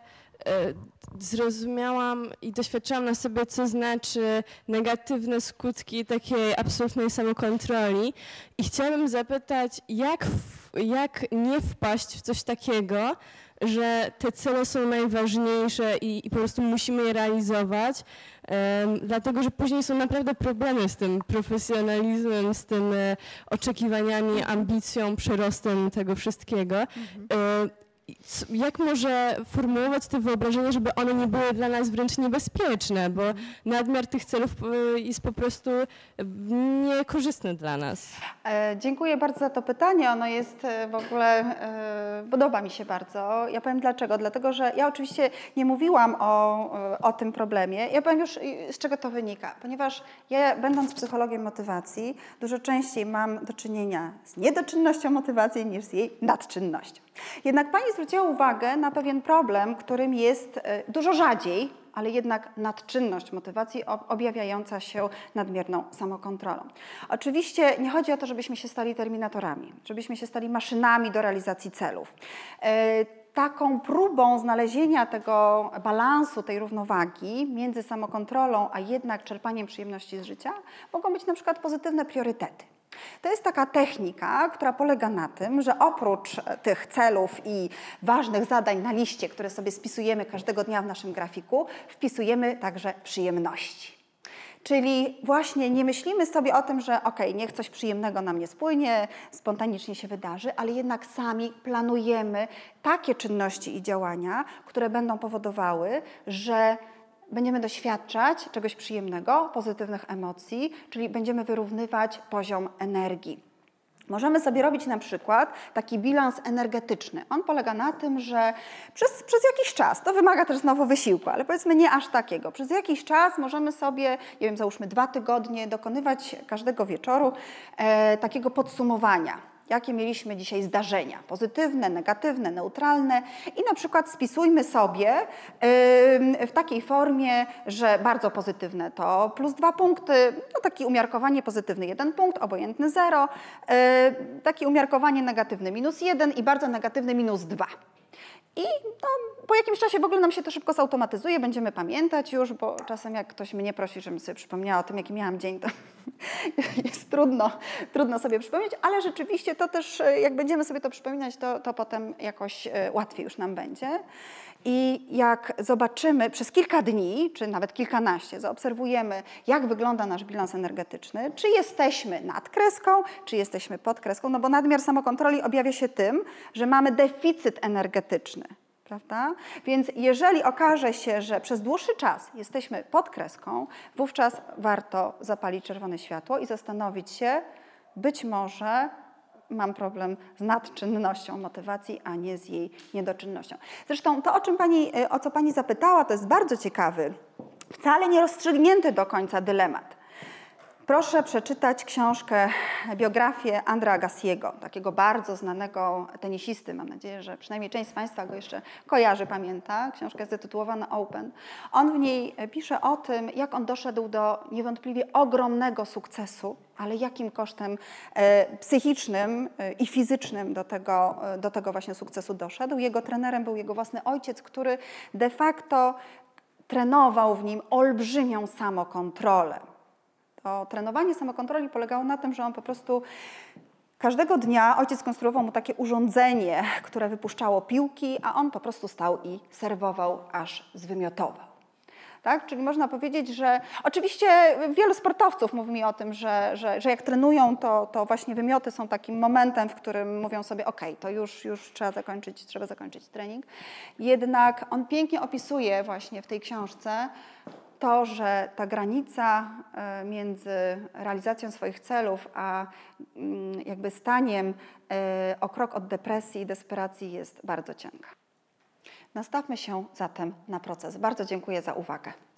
zrozumiałam i doświadczyłam na sobie, co znaczy negatywne skutki takiej absolutnej samokontroli. I chciałabym zapytać, jak, w, jak nie wpaść w coś takiego, że te cele są najważniejsze i, i po prostu musimy je realizować, um, dlatego że później są naprawdę problemy z tym profesjonalizmem, z tym e, oczekiwaniami, ambicją, przyrostem tego wszystkiego. Mhm. E, Jak może formułować te wyobrażenia, żeby one nie były dla nas wręcz niebezpieczne, bo nadmiar tych celów jest po prostu niekorzystny dla nas. E, dziękuję bardzo za to pytanie. Ono jest w ogóle, e, podoba mi się bardzo. Ja powiem dlaczego. Dlatego, że ja oczywiście nie mówiłam o, o tym problemie. Ja powiem już, z czego to wynika. Ponieważ ja, będąc psychologiem motywacji, dużo częściej mam do czynienia z niedoczynnością motywacji niż z jej nadczynnością. Jednak pani zwróciła uwagę na pewien problem, którym jest dużo rzadziej, ale jednak nadczynność motywacji objawiająca się nadmierną samokontrolą. Oczywiście nie chodzi o to, żebyśmy się stali terminatorami, żebyśmy się stali maszynami do realizacji celów. Taką próbą znalezienia tego balansu, tej równowagi między samokontrolą, a jednak czerpaniem przyjemności z życia mogą być na przykład pozytywne priorytety. To jest taka technika, która polega na tym, że oprócz tych celów i ważnych zadań na liście, które sobie spisujemy każdego dnia w naszym grafiku, wpisujemy także przyjemności. Czyli właśnie nie myślimy sobie o tym, że okej, niech coś przyjemnego nam nie spłynie, spontanicznie się wydarzy, ale jednak sami planujemy takie czynności i działania, które będą powodowały, że będziemy doświadczać czegoś przyjemnego, pozytywnych emocji, czyli będziemy wyrównywać poziom energii. Możemy sobie robić na przykład taki bilans energetyczny. On polega na tym, że przez, przez jakiś czas, to wymaga też znowu wysiłku, ale powiedzmy nie aż takiego, przez jakiś czas możemy sobie, nie wiem, załóżmy dwa tygodnie, dokonywać każdego wieczoru e, takiego podsumowania. Jakie mieliśmy dzisiaj zdarzenia, pozytywne, negatywne, neutralne i na przykład spisujmy sobie yy, w takiej formie, że bardzo pozytywne to plus dwa punkty, no takie umiarkowanie pozytywny jeden punkt, obojętny zero, yy, takie umiarkowanie negatywny minus jeden i bardzo negatywny minus dwa. I no, po jakimś czasie w ogóle nam się to szybko zautomatyzuje, będziemy pamiętać już, bo czasem jak ktoś mnie prosi, żebym sobie przypomniała o tym, jaki miałam dzień, to jest trudno, trudno sobie przypomnieć, ale rzeczywiście to też, jak będziemy sobie to przypominać, to, to potem jakoś łatwiej już nam będzie. I jak zobaczymy przez kilka dni, czy nawet kilkanaście, zaobserwujemy, jak wygląda nasz bilans energetyczny, czy jesteśmy nad kreską, czy jesteśmy pod kreską, no bo nadmiar samokontroli objawia się tym, że mamy deficyt energetyczny. Prawda? Więc jeżeli okaże się, że przez dłuższy czas jesteśmy pod kreską, wówczas warto zapalić czerwone światło i zastanowić się, być może mam problem z nadczynnością motywacji, a nie z jej niedoczynnością. Zresztą to, o, czym pani, o co Pani zapytała, to jest bardzo ciekawy, wcale nie rozstrzygnięty do końca dylemat. Proszę przeczytać książkę, biografię André Agassiego, takiego bardzo znanego tenisisty. Mam nadzieję, że przynajmniej część z Państwa go jeszcze kojarzy, pamięta. Książka jest zatytułowana Open. On w niej pisze o tym, jak on doszedł do niewątpliwie ogromnego sukcesu, ale jakim kosztem e, psychicznym e, i fizycznym do tego, e, do tego właśnie sukcesu doszedł. Jego trenerem był jego własny ojciec, który de facto trenował w nim olbrzymią samokontrolę. To trenowanie samokontroli polegało na tym, że on po prostu każdego dnia ojciec konstruował mu takie urządzenie, które wypuszczało piłki, a on po prostu stał i serwował, aż zwymiotował. Tak? Czyli można powiedzieć, że oczywiście wielu sportowców mówi mi o tym, że, że, że jak trenują, to, to właśnie wymioty są takim momentem, w którym mówią sobie, ok, to już, już trzeba zakończyć, trzeba zakończyć trening. Jednak on pięknie opisuje właśnie w tej książce to, że ta granica między realizacją swoich celów, a jakby staniem o krok od depresji i desperacji jest bardzo cienka. Nastawmy się zatem na proces. Bardzo dziękuję za uwagę.